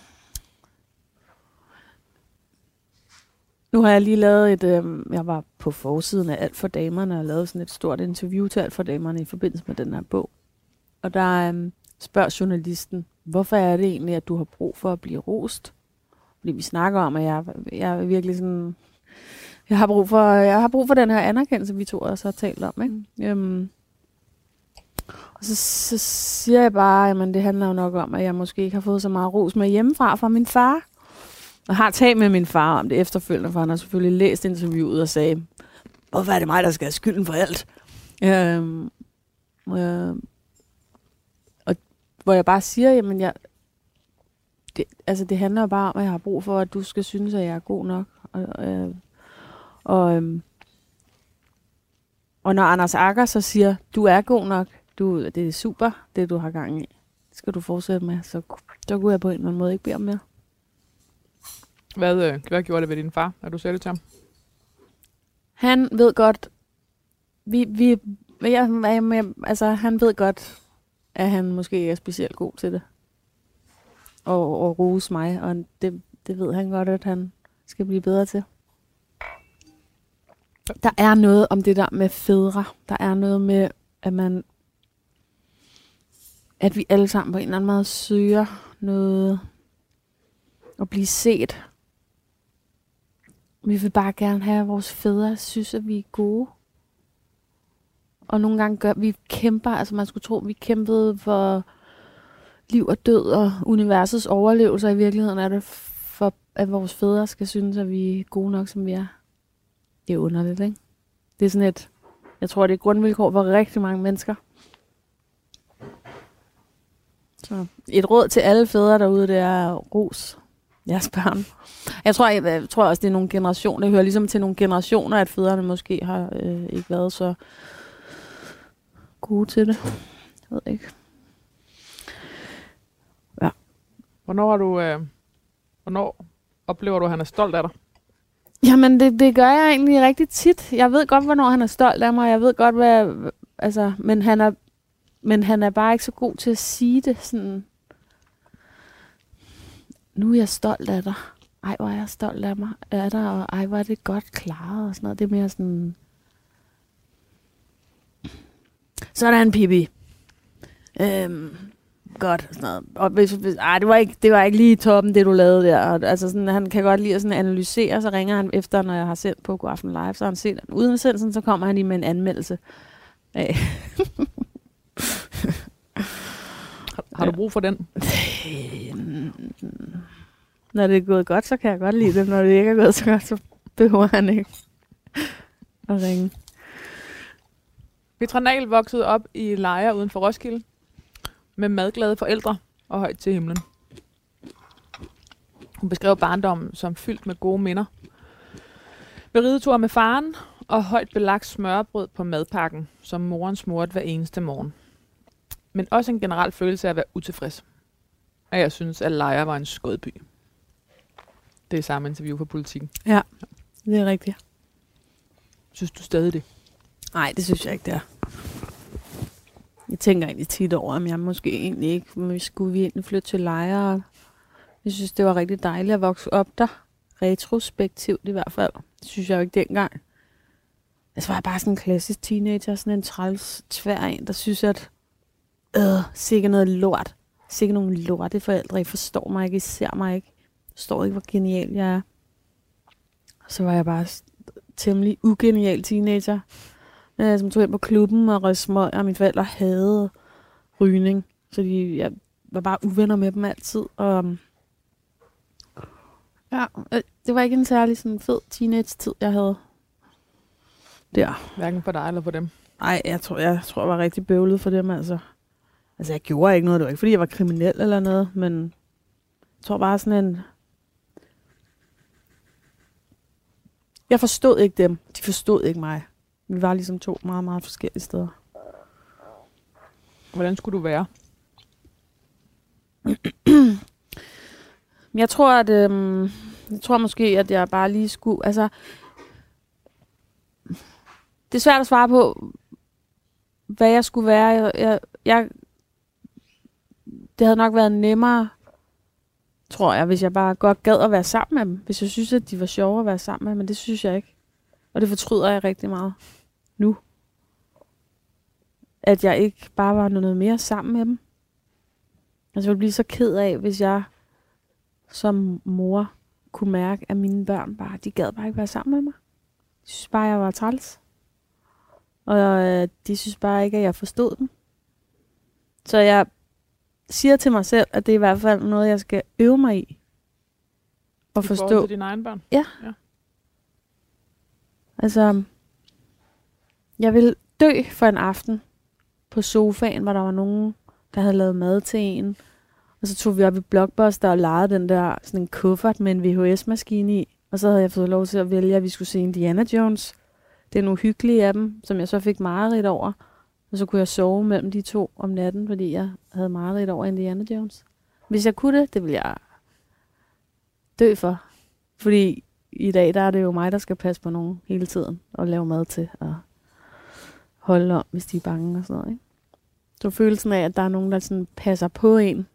nu har jeg lige lavet et... Øhm, jeg var på forsiden af Alt for Damerne og lavede sådan et stort interview til Alt for Damerne i forbindelse med den her bog. Og der øhm, spørger journalisten, hvorfor er det egentlig, at du har brug for at blive rost? Fordi vi snakker om, at jeg, jeg er virkelig sådan... Jeg har brug for, jeg har brug for den her anerkendelse, vi to også har talt om, ikke? Mm. Øhm, og så, så siger jeg bare, at det handler jo nok om, at jeg måske ikke har fået så meget ros med hjemmefra fra min far. Og har talt med min far om det efterfølgende, for han har selvfølgelig læst interviewet og sagde, hvorfor er det mig, der skal have skylden for alt? Øhm, øh, og hvor jeg bare siger, jamen jeg, det, altså det handler jo bare om, at jeg har brug for, at du skal synes, at jeg er god nok. Og, øh, og, øhm, og når Anders Agger så siger, du er god nok, du, det er super, det du har gang i, det skal du fortsætte med, så, så kunne jeg på en eller anden måde ikke bede om mere. Hvad, øh, hvad gjorde det ved din far, at du sagde det til ham? Han ved godt, vi, vi, jeg, jeg, altså han ved godt, at han måske ikke er specielt god til det. Og, og rose mig, og det, det ved han godt, at han skal blive bedre til. Der er noget om det der med fædre. Der er noget med, at man, at vi alle sammen på en eller anden måde søger noget at blive set. Vi vil bare gerne have, at vores fædre synes, at vi er gode. Og nogle gange gør vi kæmper, altså man skulle tro, at vi kæmpede for liv og død og universets overlevelse. I virkeligheden er det for, at vores fædre skal synes, at vi er gode nok, som vi er. Det er underligt, ikke? Det er sådan et, jeg tror, det er grundvilkår for rigtig mange mennesker. Så et råd til alle fædre derude, det er ros jeres børn. Jeg tror, jeg, jeg tror også, det er nogle generationer. Det hører ligesom til nogle generationer, at fædrene måske har øh, ikke været så gode til det. Jeg ved ikke. Ja. Hvornår har du, øh, hvornår oplever du, at han er stolt af dig? Jamen, det, det gør jeg egentlig rigtig tit. Jeg ved godt, hvornår han er stolt af mig. Jeg ved godt, hvad... Altså, men han er, men han er bare ikke så god til at sige det sådan... Nu er jeg stolt af dig. Ej, hvor er jeg stolt af mig. Af dig, og ej, hvor er det godt klaret og sådan noget. Det er mere sådan... Sådan, Pippi. Øhm, godt, sådan noget. Og hvis, hvis, ej, det var, ikke, det var ikke lige toppen, det du lavede der. Og, altså sådan, han kan godt lide at sådan analysere, så ringer han efter, når jeg har sendt på God Aften Live, så har han set den. Uden sendelsen, så kommer han lige med en anmeldelse. Af. har, har du brug for den? Når det er gået godt, så kan jeg godt lide det. Når det ikke er gået så godt, så behøver han ikke at ringe. Petra Nahl voksede op i Lejre uden for Roskilde med madglade forældre. og højt til himlen. Hun beskrev barndommen som fyldt med gode minder. Beridetur med faren og højt belagt smørbrød på madpakken, som moren smurte hver eneste morgen. Men også en generel følelse af at være utilfreds. Og jeg synes, at Lejre var en skødby. Det er samme interview for Politikken. Ja, det er rigtigt. Synes du stadig det? Nej, det synes jeg ikke, det er. Jeg tænker egentlig tit over, om jeg måske egentlig ikke, men skulle vi egentlig flytte til Lejre. Jeg synes, det var rigtig dejligt at vokse op der. Retrospektivt i hvert fald. Det synes jeg jo ikke dengang. Altså var jeg bare sådan en klassisk teenager, sådan en træls tvær en, der synes, at øh, sikkert noget lort. Sikkert nogle lorte forældre. I forstår mig ikke, I ser mig ikke. Jeg forstår ikke, hvor genial jeg er. Og så var jeg bare temmelig ugenial teenager. Jeg som tog ind på klubben og røg smøg, og mine forældre havde rygning. Så de, jeg var bare uvenner med dem altid. Og ja, det var ikke en særlig sådan fed teenage-tid, jeg havde der. Hverken for dig eller for dem? Nej, jeg tror, jeg tror, jeg var rigtig bøvlet for dem, altså. Altså, jeg gjorde ikke noget. Det var ikke, fordi jeg var kriminel eller noget, men jeg tror bare sådan en... Jeg forstod ikke dem. De forstod ikke mig. Vi var ligesom to meget, meget forskellige steder. Hvordan skulle du være? Jeg tror, at... Øhm, jeg tror måske, at jeg bare lige skulle... Altså... Det er svært at svare på, hvad jeg skulle være. Jeg, jeg, jeg, det havde nok været nemmere, tror jeg, hvis jeg bare godt gad at være sammen med dem. Hvis jeg synes, at de var sjove at være sammen med, men det synes jeg ikke. Og det fortryder jeg rigtig meget nu. At jeg ikke bare var noget mere sammen med dem. Altså jeg ville blive så ked af, hvis jeg som mor kunne mærke, at mine børn bare, de gad bare ikke være sammen med mig. De synes bare, jeg var træls. Og øh, de synes bare ikke, at jeg forstod dem. Så jeg siger til mig selv, at det er i hvert fald noget, jeg skal øve mig i. Og I forstå. forhold til dine egne børn? Ja. ja. Altså, jeg ville dø for en aften på sofaen, hvor der var nogen, der havde lavet mad til en. Og så tog vi op i Blockbuster og legede den der sådan en kuffert med en V H S-maskine i. Og så havde jeg fået lov til at vælge, at vi skulle se Indiana Jones. Det er nogle hyggelige af dem, som jeg så fik mareridt over. Og så kunne jeg sove mellem de to om natten, fordi jeg havde mareridt over Indiana Jones. Hvis jeg kunne det, det ville jeg dø for. Fordi i dag, der er det jo mig, der skal passe på nogen hele tiden. Og lave mad til og holde om, hvis de er bange og sådan noget. Ikke? Så følelsen af, at der er nogen, der sådan passer på en,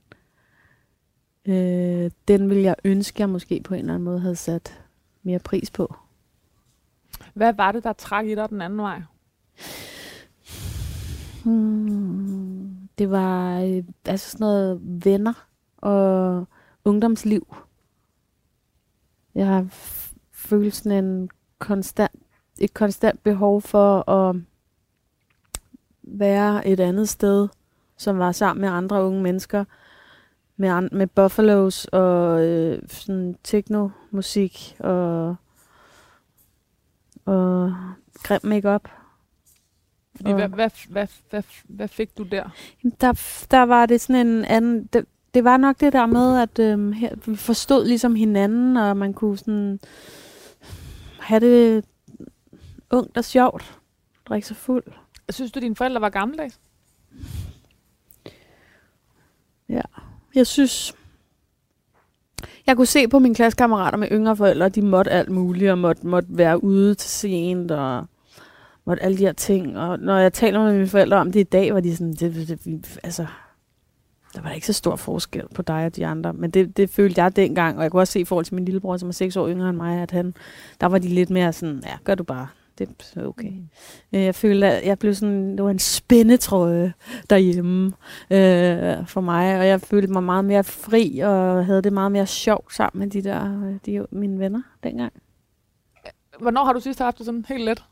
øh, den ville jeg ønske, jeg måske på en eller anden måde havde sat mere pris på. Hvad var det, der trak i dig den anden vej? Hmm, det var øh, altså sådan noget venner og ungdomsliv. Jeg har f- følt sådan en konstant, et konstant behov for at være et andet sted, som var sammen med andre unge mennesker, med, an- med Buffalos og øh, sådan techno-musik og, og grim make-up. Fordi, hvad, hvad, hvad, hvad, hvad fik du der? Der, der var det sådan en anden... Det, det var nok det der med, at øhm, her, vi forstod ligesom hinanden, og man kunne sådan have det ungt og sjovt. Drikke sig fuld. Synes du, dine forældre var gammeldags? Ja. Jeg synes... Jeg kunne se på mine klassekammerater med yngre forældre, de måtte alt muligt, og måtte, måtte være ude til sent, og måtte alle de her ting. Og når jeg taler med mine forældre om det i dag, var de sådan... Det, det, det, altså, der var ikke så stor forskel på dig og de andre, men det, det følte jeg dengang, og jeg kunne også se i forhold til min lillebror, som er seks år yngre end mig, at han, der var de lidt mere sådan, ja, gør du bare, det er okay. Mm. Jeg følte, at jeg blev sådan, det var en spændetrøje derhjemme øh, for mig, og jeg følte mig meget mere fri, og havde det meget mere sjovt sammen med de der, de, mine venner dengang. Hvornår har du sidst haft det sådan helt let?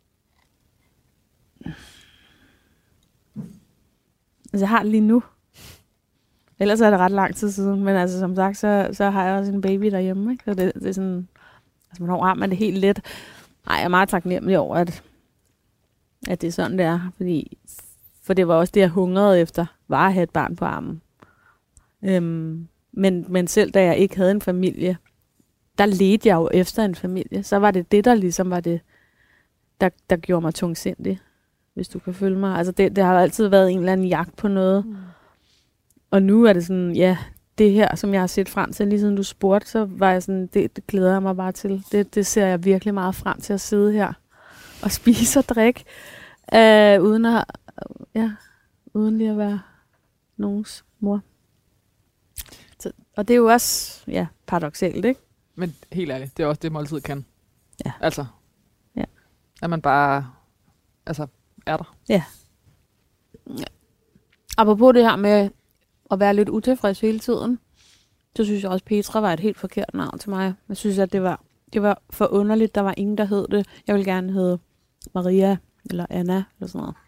Altså, jeg har det lige nu. Ellers er det ret lang tid siden, men altså som sagt, så, så har jeg også en baby derhjemme, ikke? Så det, det er sådan, altså hvornår har man det helt let? Nej, jeg er meget taknemmelig over, at, at det er sådan, det er, fordi, for det var også det, jeg hungrede efter, var at have et barn på armen. Øhm, men, men selv da jeg ikke havde en familie, der ledte jeg jo efter en familie. Så var det det, der ligesom var det, der, der gjorde mig tungsindig, hvis du kan følge mig. Altså det, det har altid været en eller anden jagt på noget. Mm. Og nu er det sådan, ja, det her, som jeg har set frem til, lige siden du spurgte, så var jeg sådan, det, det glæder jeg mig bare til. Det, det ser jeg virkelig meget frem til at sidde her og spise og drikke, øh, uden at, ja, uden lige at være nogens mor. Så, og det er jo også, ja, paradoksalt, ikke? Men helt ærligt, det er også det, måltid kan. Ja. Altså, ja. At man bare, altså, er der. Ja. ja. Apropos det her med at være lidt utilfreds hele tiden, så synes jeg også, Petra var et helt forkert navn til mig. Jeg synes, at det var, det var for underligt. Der var ingen, der hed det. Jeg ville gerne hedde Maria eller Anna eller sådan noget.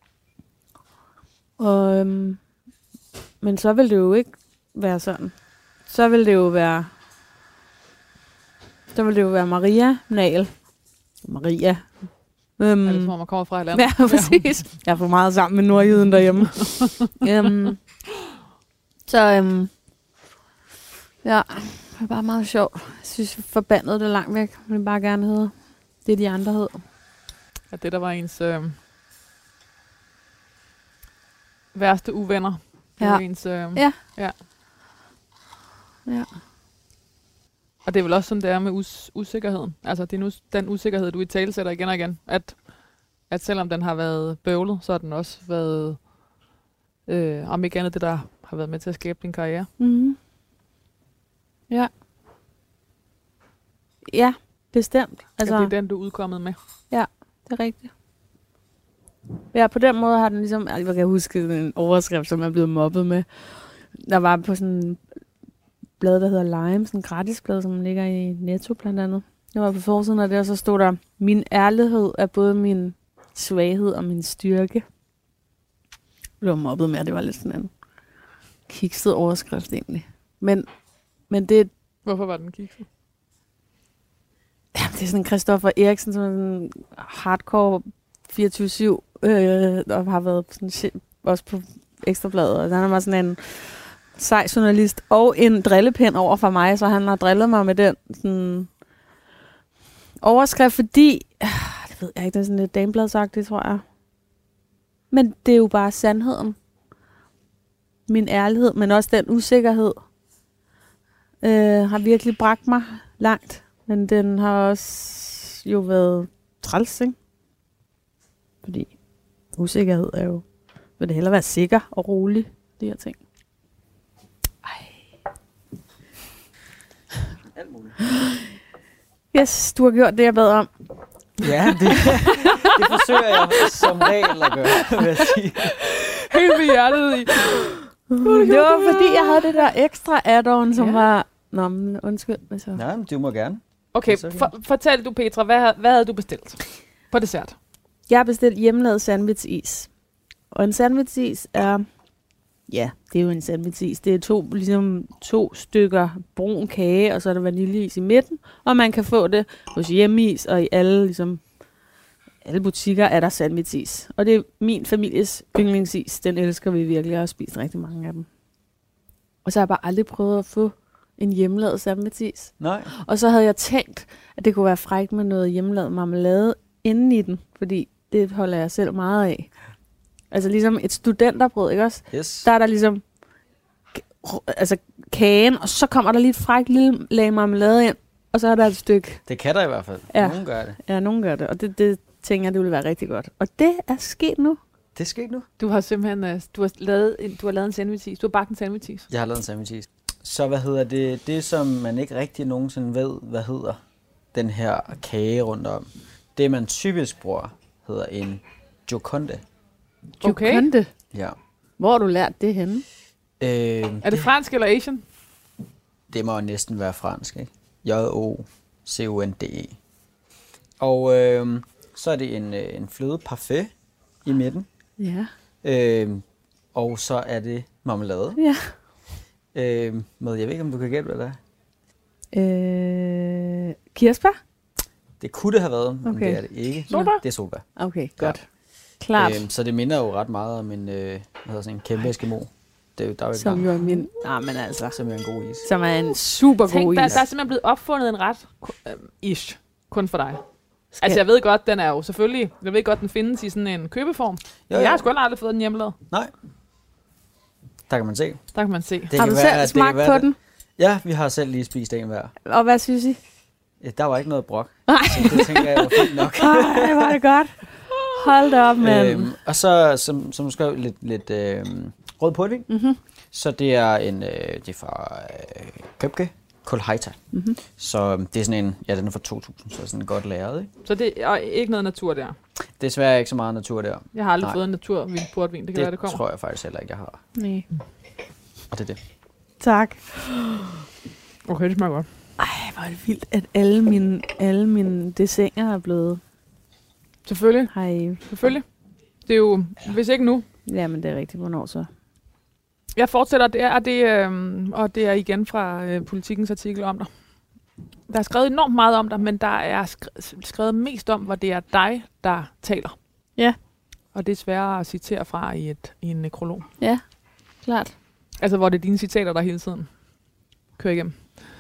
Og, øhm, men så ville det jo ikke være sådan. Så ville det jo være så ville det jo være Maria Nal. Maria. Øhm, er det, som man kommer fra et land? Ja, præcis. Jeg er for meget sammen med nordjyden derhjemme. øhm, så øhm, ja, det er bare meget sjovt. Jeg synes, forbandet det langt væk. Jeg vil bare gerne hedde det, de andre hed. Ja, det der var ens øh, værste uvenner. Det ja. var ens, øh, ja. ja. Ja. Og det er vel også sådan, det er med us- usikkerheden. Altså, det er nu den usikkerhed, du i tale sætter igen og igen. At, at selvom den har været bøvlet, så har den også været, øh, om ikke andet, det der har været med til at skabe din karriere. Mm-hmm. Ja. Ja, bestemt. Altså, ja, det er den, du er udkommet med. Ja, det er rigtigt. Ja, på den måde har den ligesom, jeg kan huske en overskrift, som jeg er blevet mobbet med. Der var på sådan en blad, der hedder Lime, sådan en gratisblad, som ligger i Netto blandt andet. Jeg var på forsiden af det, og så stod der, min ærlighed er både min svaghed og min styrke. Jeg blev mobbet med, det var lidt sådan en kikset overskrift egentlig. Men, men det... Hvorfor var den kikset? Ja, det er sådan en Christoffer Eriksen, som er sådan hardcore fireogtyve syv, øh, og har været sådan, også på Ekstrabladet, og han var sådan en sej journalist, og en drillepind over for mig, så han har drillet mig med den sådan, overskrift, fordi, øh, det ved jeg ikke, det er sådan lidt damebladsagtigt, tror jeg. Men det er jo bare sandheden. Min ærlighed, men også den usikkerhed, øh, har virkelig bragt mig langt. Men den har også jo været træls, ikke? Fordi usikkerhed er jo, vil det hellere være sikker og rolig, de her ting. Ej. Alt muligt. Yes, du har gjort det, jeg bad om. Ja, det, det forsøger jeg som regel at gøre, vil jeg sige. Helt med hjertet i. Det var fordi, jeg havde det der ekstra add-on, som ja. var... Nå, men undskyld. Altså. Nej, men du må gerne. Okay, for, fortæl du, Petra, hvad, hvad havde du bestilt på dessert? Jeg har bestilt hjemmelavet sandwich-is. Og en sandwich-is er... Ja, det er jo en sandwich-is. Det er to, ligesom to stykker brun kage, og så er der vaniljeis i midten. Og man kan få det hos Hjemmeis, og i alle, ligesom, alle butikker er der sandwich-is. Og det er min families yndlingsis. Den elsker vi virkelig, og har spist rigtig mange af dem. Og så har jeg bare aldrig prøvet at få en hjemmelavet sandwich-is. Nej. Og så havde jeg tænkt, at det kunne være frækt med noget hjemmelavet marmelade inden i den, fordi det holder jeg selv meget af. Altså ligesom et studenterbrød, ikke også? Yes. Der er der ligesom altså kagen, og så kommer der lige et frækt lille lag marmelade ind, og så er der et stykke. Det kan der i hvert fald. Ja. Nogen gør det. Ja, nogen gør det, og det, det tænker jeg, det ville være rigtig godt. Og det er sket nu. Det er sket nu. Du har simpelthen uh, du har lavet en, du har lavet en sandwich-is. Du har bagt en sandwich-is. Jeg har lavet en sandwich-is. Så hvad hedder det? Det, som man ikke rigtig nogensinde ved, hvad hedder den her kage rundt om. Det, man typisk bruger, hedder en joconde. Okay. Joconde? Ja. Hvor har du lært det henne? Øh, er det, det fransk eller asian? Det må næsten være fransk, ikke? J O C O N D E. Og øh, så er det en, øh, en fløde parfait i midten. Ja. Øh, og så er det marmelade. Ja. Øh, med, jeg ved ikke, om du kan gætte, hvad det er. Øh, kirsebær? Det kunne det have været, men okay. det er det ikke. Solbær? Det er solbær. Okay, godt. Ja. Klart. Øh, så det minder jo ret meget om en, øh, hvad hedder sådan en kæmpe eskimo. det, der er jo ikke Som langt. jo er min... Nej, men altså... Som er en god is. Som er en super Tænk, god der, is. der er simpelthen blevet opfundet en ret, øh, ish, kun for dig. Skal- Altså, jeg ved godt, den er jo selvfølgelig... Jeg ved godt, den findes i sådan en købeform. Jo, Jeg har jo. sgu aldrig fået den hjemmelavet. Nej. Der kan man se. Der kan man se. Det Har kan du være, selv at det smagt kan være, på det- den? Ja, vi har selv lige spist en hver. Og hvad synes I? Ja, der var ikke noget brok. Nej. Så det tænker jeg var fint nok. Ej, var det godt. Hold da op, mand. Øhm, og så, som, som du skrev, lidt, lidt øh, rød portvin. Mhm. Så det er en, øh, det er fra øh, Købke Kolheita. Mhm. Så øhm, det er sådan en, ja, den er fra to tusind, så sådan godt lavet, ikke? Så det er ikke noget natur der. Desværre ikke så meget natur der. Jeg har aldrig Nej. fået en naturvin portvin. Det kan Det, være, det kommer. tror jeg faktisk heller ikke, jeg har. Nej. Og det er det. Tak. Okay, det smager godt. Ej, hvor er det vildt, at alle mine, alle mine dessiner er blevet... Selvfølgelig. Hej. Selvfølgelig. Det er jo, hvis ikke nu. Jamen, det er rigtigt. Hvornår så? Jeg fortsætter, det er, det, øh, og det er igen fra øh, Politikens artikel om dig. Der er skrevet enormt meget om dig, men der er skrevet, skrevet mest om, hvor det er dig, der taler. Ja. Og det er sværere at citere fra i, et, i en nekrolog. Ja, klart. Altså, hvor det er dine citater, der hele tiden kører igennem.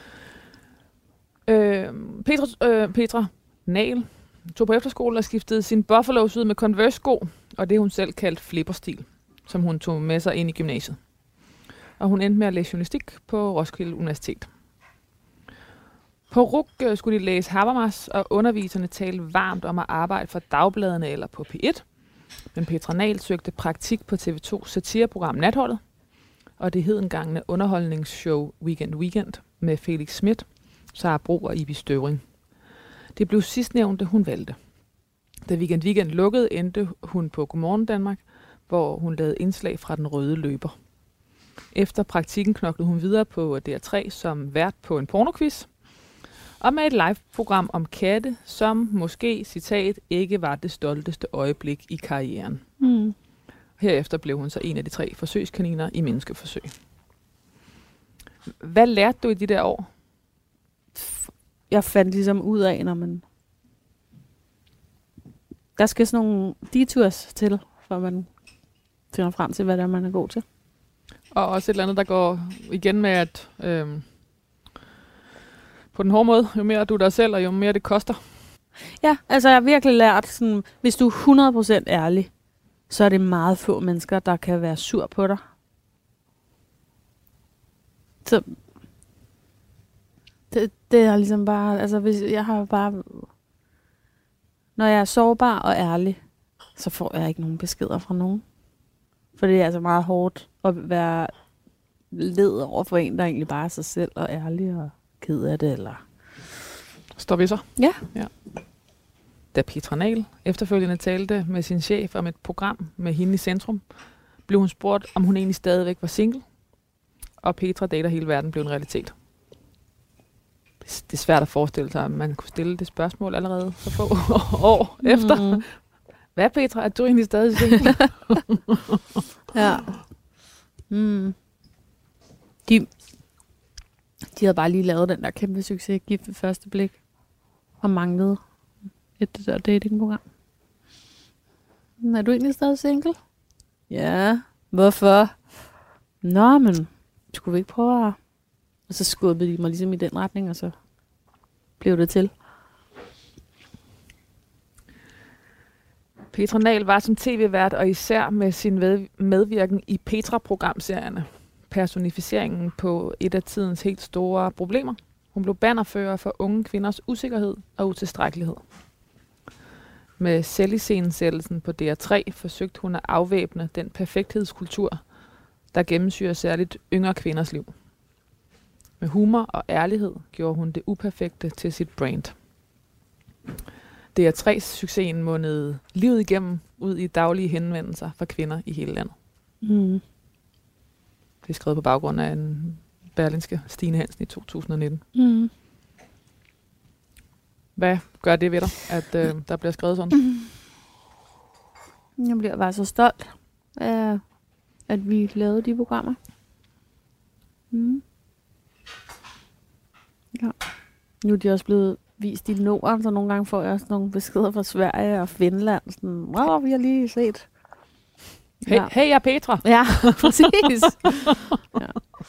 Øh, Petra, øh, Petra Nahl tog på efterskole og skiftede sin Buffalos ud med Converse-sko, og det hun selv kaldte flipperstil, som hun tog med sig ind i gymnasiet. Og hun endte med at læse journalistik på Roskilde Universitet. På R U K øh, skulle de læse Habermas, og underviserne talte varmt om at arbejde for dagbladene eller på P et. Men Petra Nahl søgte praktik på T V to satireprogram Natholdet, og det hed engang underholdningsshow Weekend Weekend med Felix Schmidt, Sara Bro og Ibi Støvring. Det blev sidstnævnte, hun valgte. Da Weekend Weekend lukkede, endte hun på Godmorgen Danmark, hvor hun lavede indslag fra Den Røde Løber. Efter praktikken knoklede hun videre på D R tre som vært på en pornoquiz, og med et live-program om katte, som måske, citat, ikke var det stolteste øjeblik i karrieren. Mm. Herefter blev hun så en af de tre forsøgskaniner i menneskeforsøg. Hvad lærte du i de der år? Jeg fandt ligesom ud af, når man... Der skal sådan nogle detours til, for man finder frem til, hvad det er, man er god til. Og også et eller andet, der går igen med, at øhm, på den hårde måde, jo mere du er dig selv, og jo mere det koster. Ja, altså jeg har virkelig lært, sådan, hvis du er hundrede procent ærlig, så er det meget få mennesker, der kan være sur på dig. Så det, det er ligesom bare, altså hvis jeg har bare, når jeg er sårbar og ærlig, så får jeg ikke nogen beskeder fra nogen. For det er altså meget hårdt at være led over for en, der egentlig bare er sig selv og ærlig og ked af det, eller... Står vi så? Ja. ja. Da Petra Nahl efterfølgende talte med sin chef om et program med hende i centrum, blev hun spurgt, om hun egentlig stadigvæk var single. Og Petra dater hele verden blev en realitet. Det er svært at forestille sig, at man kunne stille det spørgsmål allerede så få år mm. efter. Hvad, Petra? Er du egentlig stadig single? Ja. Mm. De, de havde bare lige lavet den der kæmpe succes, Gift ved første blik, og manglede et det der datingprogram. Er du egentlig stadig single? Ja. Hvorfor? Nå, men skulle vi ikke prøve at... Og så skubbede de mig ligesom i den retning, og så blev det til. Petra Nahl var som tv-vært og især med sin medvirken i Petra-programserierne personificeringen på et af tidens helt store problemer. Hun blev bannerfører for unge kvinders usikkerhed og utilstrækkelighed. Med selviscenesættelsen på D R tre forsøgte hun at afvæbne den perfekthedskultur, der gennemsyrer særligt yngre kvinders liv. Med humor og ærlighed gjorde hun det uperfekte til sit brand. D R tre's succesen mundede livet igennem ud i daglige henvendelser fra kvinder i hele landet. Mm. Det er skrevet på baggrund af en berlinske Stine Hansen i to tusind nitten. Mm. Hvad gør det ved dig, at øh, der bliver skrevet sådan? Jeg bliver bare så stolt af, at vi lavede de programmer. Mm. Ja. Nu er de også blevet vist i Norden, så nogle gange får jeg også nogle beskeder fra Sverige og Finland. Sådan, wow, vi har lige set Hey, Ja. hey, jeg er Petra. Ja, præcis. ja.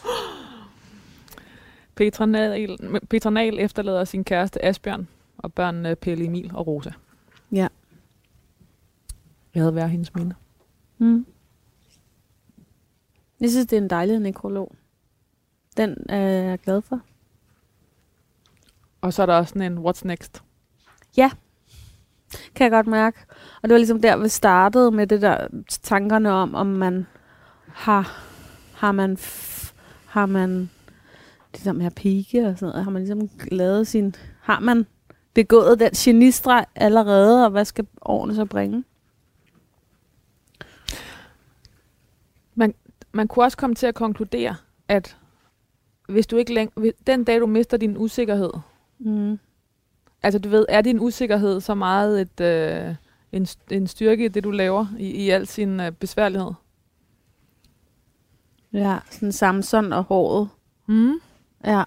Petra Nahl, Petra Nahl efterlader sin kæreste Asbjørn og børnene Pelle, Emil og Rosa. Ja. Jeg havde været hendes minde. Mm. Jeg synes, det er en dejlig nekrolog. Den er jeg glad for. Og så er der også sådan en What's Next? Ja, kan jeg godt mærke. Og det var ligesom der, vi startede med det der tankerne om, om man har, har man, f- har man det der med at pike og sådan noget, har man ligesom lavet sin, har man begået den genistreg allerede, og hvad skal årene så bringe? Man, man kunne også komme til at konkludere, at hvis du ikke læng- den dag, du mister din usikkerhed, Mm. altså du ved, er din usikkerhed så meget et, øh, en, en styrke i det, du laver, i, i al sin øh, besværlighed? Ja, sådan Samson og håret. Mm. Ja.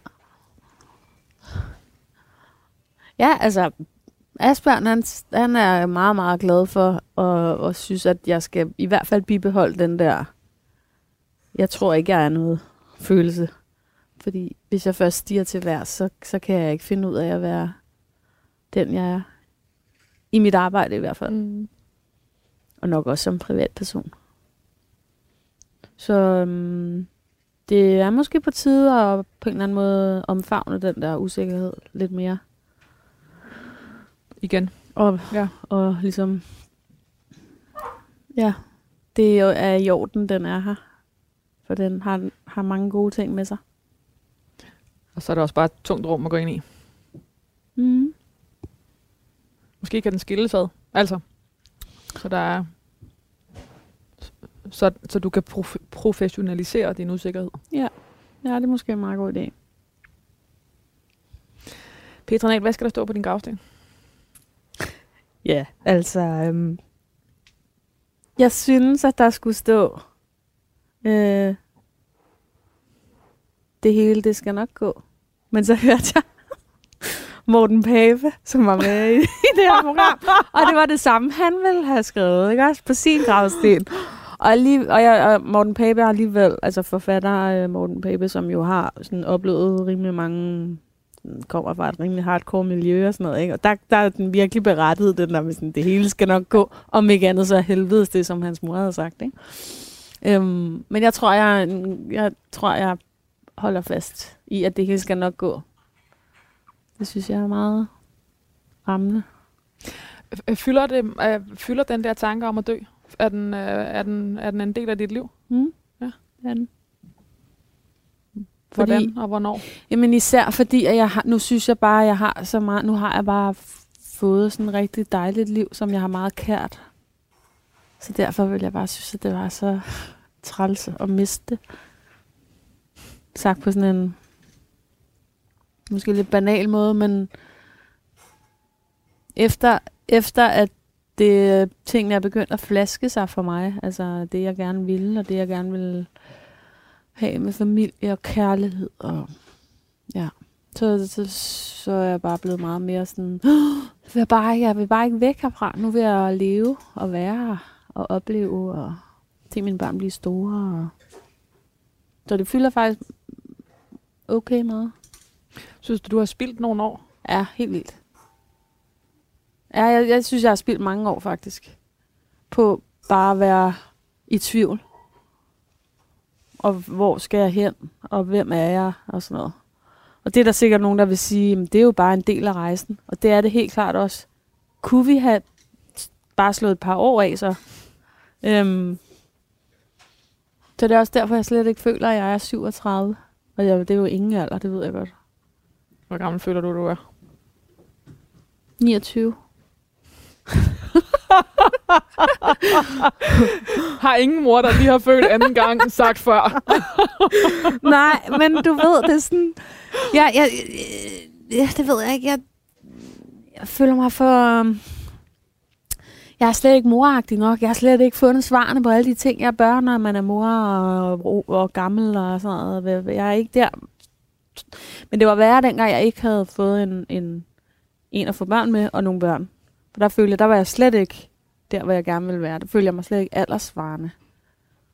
Ja, altså, Asbjørn, han, han er meget, meget glad for, og, og synes, at jeg skal i hvert fald bibeholde den der, jeg tror ikke, jeg er noget følelse. Fordi hvis jeg først stiger til værs, så, så kan jeg ikke finde ud af at være den, jeg er. I mit arbejde i hvert fald. Mm. Og nok også som privatperson. Så øhm, det er måske på tide at på en eller anden måde omfavne den der usikkerhed lidt mere. Igen. Og, Ja. og ligesom, ja, det er i orden, den er her. For den har, har mange gode ting med sig. Og så er der også bare et tungt rum at gå ind i. Mm. Måske kan den skilles ad. Altså. Så der er... Så, så du kan prof- professionalisere din usikkerhed. Ja. ja, det er måske en meget god idé. Petra Nahl, hvad skal der stå på din gravsten? Ja, altså, øhm, jeg synes, at der skulle stå, øh, det hele, det skal nok gå. Men så hørte jeg Morten Pape, som var med i, i det her program, og det var det samme, han ville have skrevet, ikke også, på sin gravsten. Og, lige, og, jeg, og Morten Pape har alligevel, altså forfatter Morten Pape, som jo har sådan oplevet rimelig mange, kommer fra et rimelig hardcore miljø og sådan noget, ikke? Og der, der er den virkelig berettet, den der med sådan, det hele skal nok gå, om ikke andet så helvedes det, som hans mor havde sagt, ikke? Øhm, men jeg tror, jeg, jeg tror, jeg holder fast i, at det hele skal nok gå. Det synes jeg er meget rammende. Fylder, det, øh, fylder den der tanke om at dø? Er den, øh, er, den, er den en del af dit liv? Mm. Ja. Det er den. Hvordan Fordi, og hvornår? Jamen især fordi, at jeg har, nu synes jeg bare, at jeg har så meget, nu har jeg bare fået sådan et rigtig dejligt liv, som jeg har meget kært. Så derfor vil jeg bare synes, at det var så træls at miste det. Sagt på sådan en måske lidt banal måde, men efter, efter at det, tingene er begyndt at flaske sig for mig, altså det jeg gerne ville, og det jeg gerne ville have med familie og kærlighed, og ja, så, så, så er jeg bare blevet meget mere sådan, jeg vil, bare, jeg vil bare ikke væk herfra, nu vil jeg leve og være her, og opleve, og se mine børn blive store, og så det fylder faktisk okay meget. Synes du, du har spildt nogle år? Ja, helt vildt. Ja, jeg, jeg synes, jeg har spildt mange år faktisk. På bare at være i tvivl. Og hvor skal jeg hen? Og hvem er jeg? Og sådan noget. Og det er der sikkert nogen, der vil sige, at det er jo bare en del af rejsen. Og det er det helt klart også. Kunne vi have bare slået et par år af, så? Øhm, så det er også derfor, jeg slet ikke føler, at jeg er syvogtredive. Og jeg, det er jo ingen alder, det ved jeg godt. Hvor gammel føler du, du er? niogtyve. Har ingen mor, der lige har født anden gang, sagt før. Nej, men du ved, det er sådan... Ja, jeg, ja, det ved jeg ikke. Jeg, jeg føler mig for... Um, jeg er slet ikke moragtig nok. Jeg har slet ikke fundet svarene på alle de ting, jeg bør, når man er mor og, og, og gammel og sådan noget. Jeg er ikke der. Men det var værre, dengang jeg ikke havde fået en, en, en at få børn med og nogle børn. For der følte jeg, der var jeg slet ikke der, hvor jeg gerne ville være. Der følte jeg mig slet ikke alderssvarende.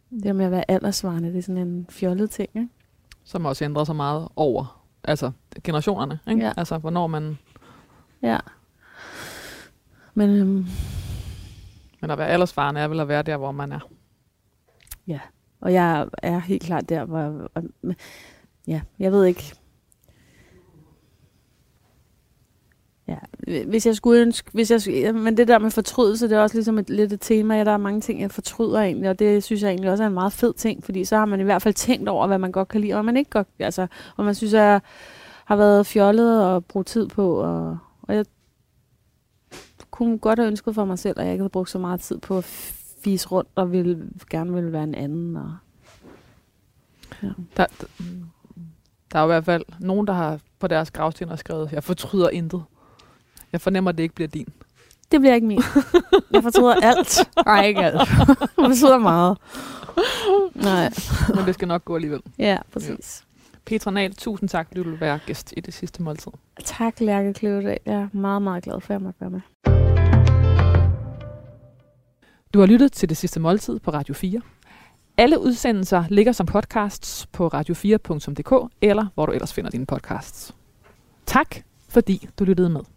Det der med at være aldersvarende, det er sådan en fjollet ting, ikke? Som også ændrer sig meget over altså generationerne, ikke? Ja. Altså, hvornår man... Ja. Men, øhm, Men at være aldersvarende er vel at være der, hvor man er. ja. Og jeg er helt klart der, hvor... Og, ja, jeg ved ikke... Ja, hvis jeg skulle ønske... Hvis jeg, men det der med fortrydelse, det er også ligesom et, lidt et tema. Ja, der er mange ting, jeg fortryder egentlig, og det synes jeg egentlig også er en meget fed ting, fordi så har man i hvert fald tænkt over, hvad man godt kan lide, og hvad man ikke godt... Altså, og man synes, jeg har været fjollet og brugt tid på, og, og jeg kunne godt have ønsket for mig selv, at jeg ikke havde brugt så meget tid på at fise rundt, og ville, gerne ville være en anden. Og, ja. Der, der, der er jo i hvert fald nogen, der har på deres gravsten og skrevet, jeg fortryder intet. Jeg fornemmer, at det ikke bliver din. Det bliver ikke min. Jeg fortryder alt. Nej, ikke alt. Jeg fortryder meget. Nej. Men det skal nok gå alligevel. Ja, præcis. Petra Nahl, tusind tak, fordi du vil være gæst i Det Sidste Måltid. Tak, Lærke Kløvedal. Jeg er meget, meget glad for, at jeg måtte være med. Du har lyttet til Det Sidste Måltid på Radio fire. Alle udsendelser ligger som podcasts på radio fire punktum d k, eller hvor du ellers finder dine podcasts. Tak, fordi du lyttede med.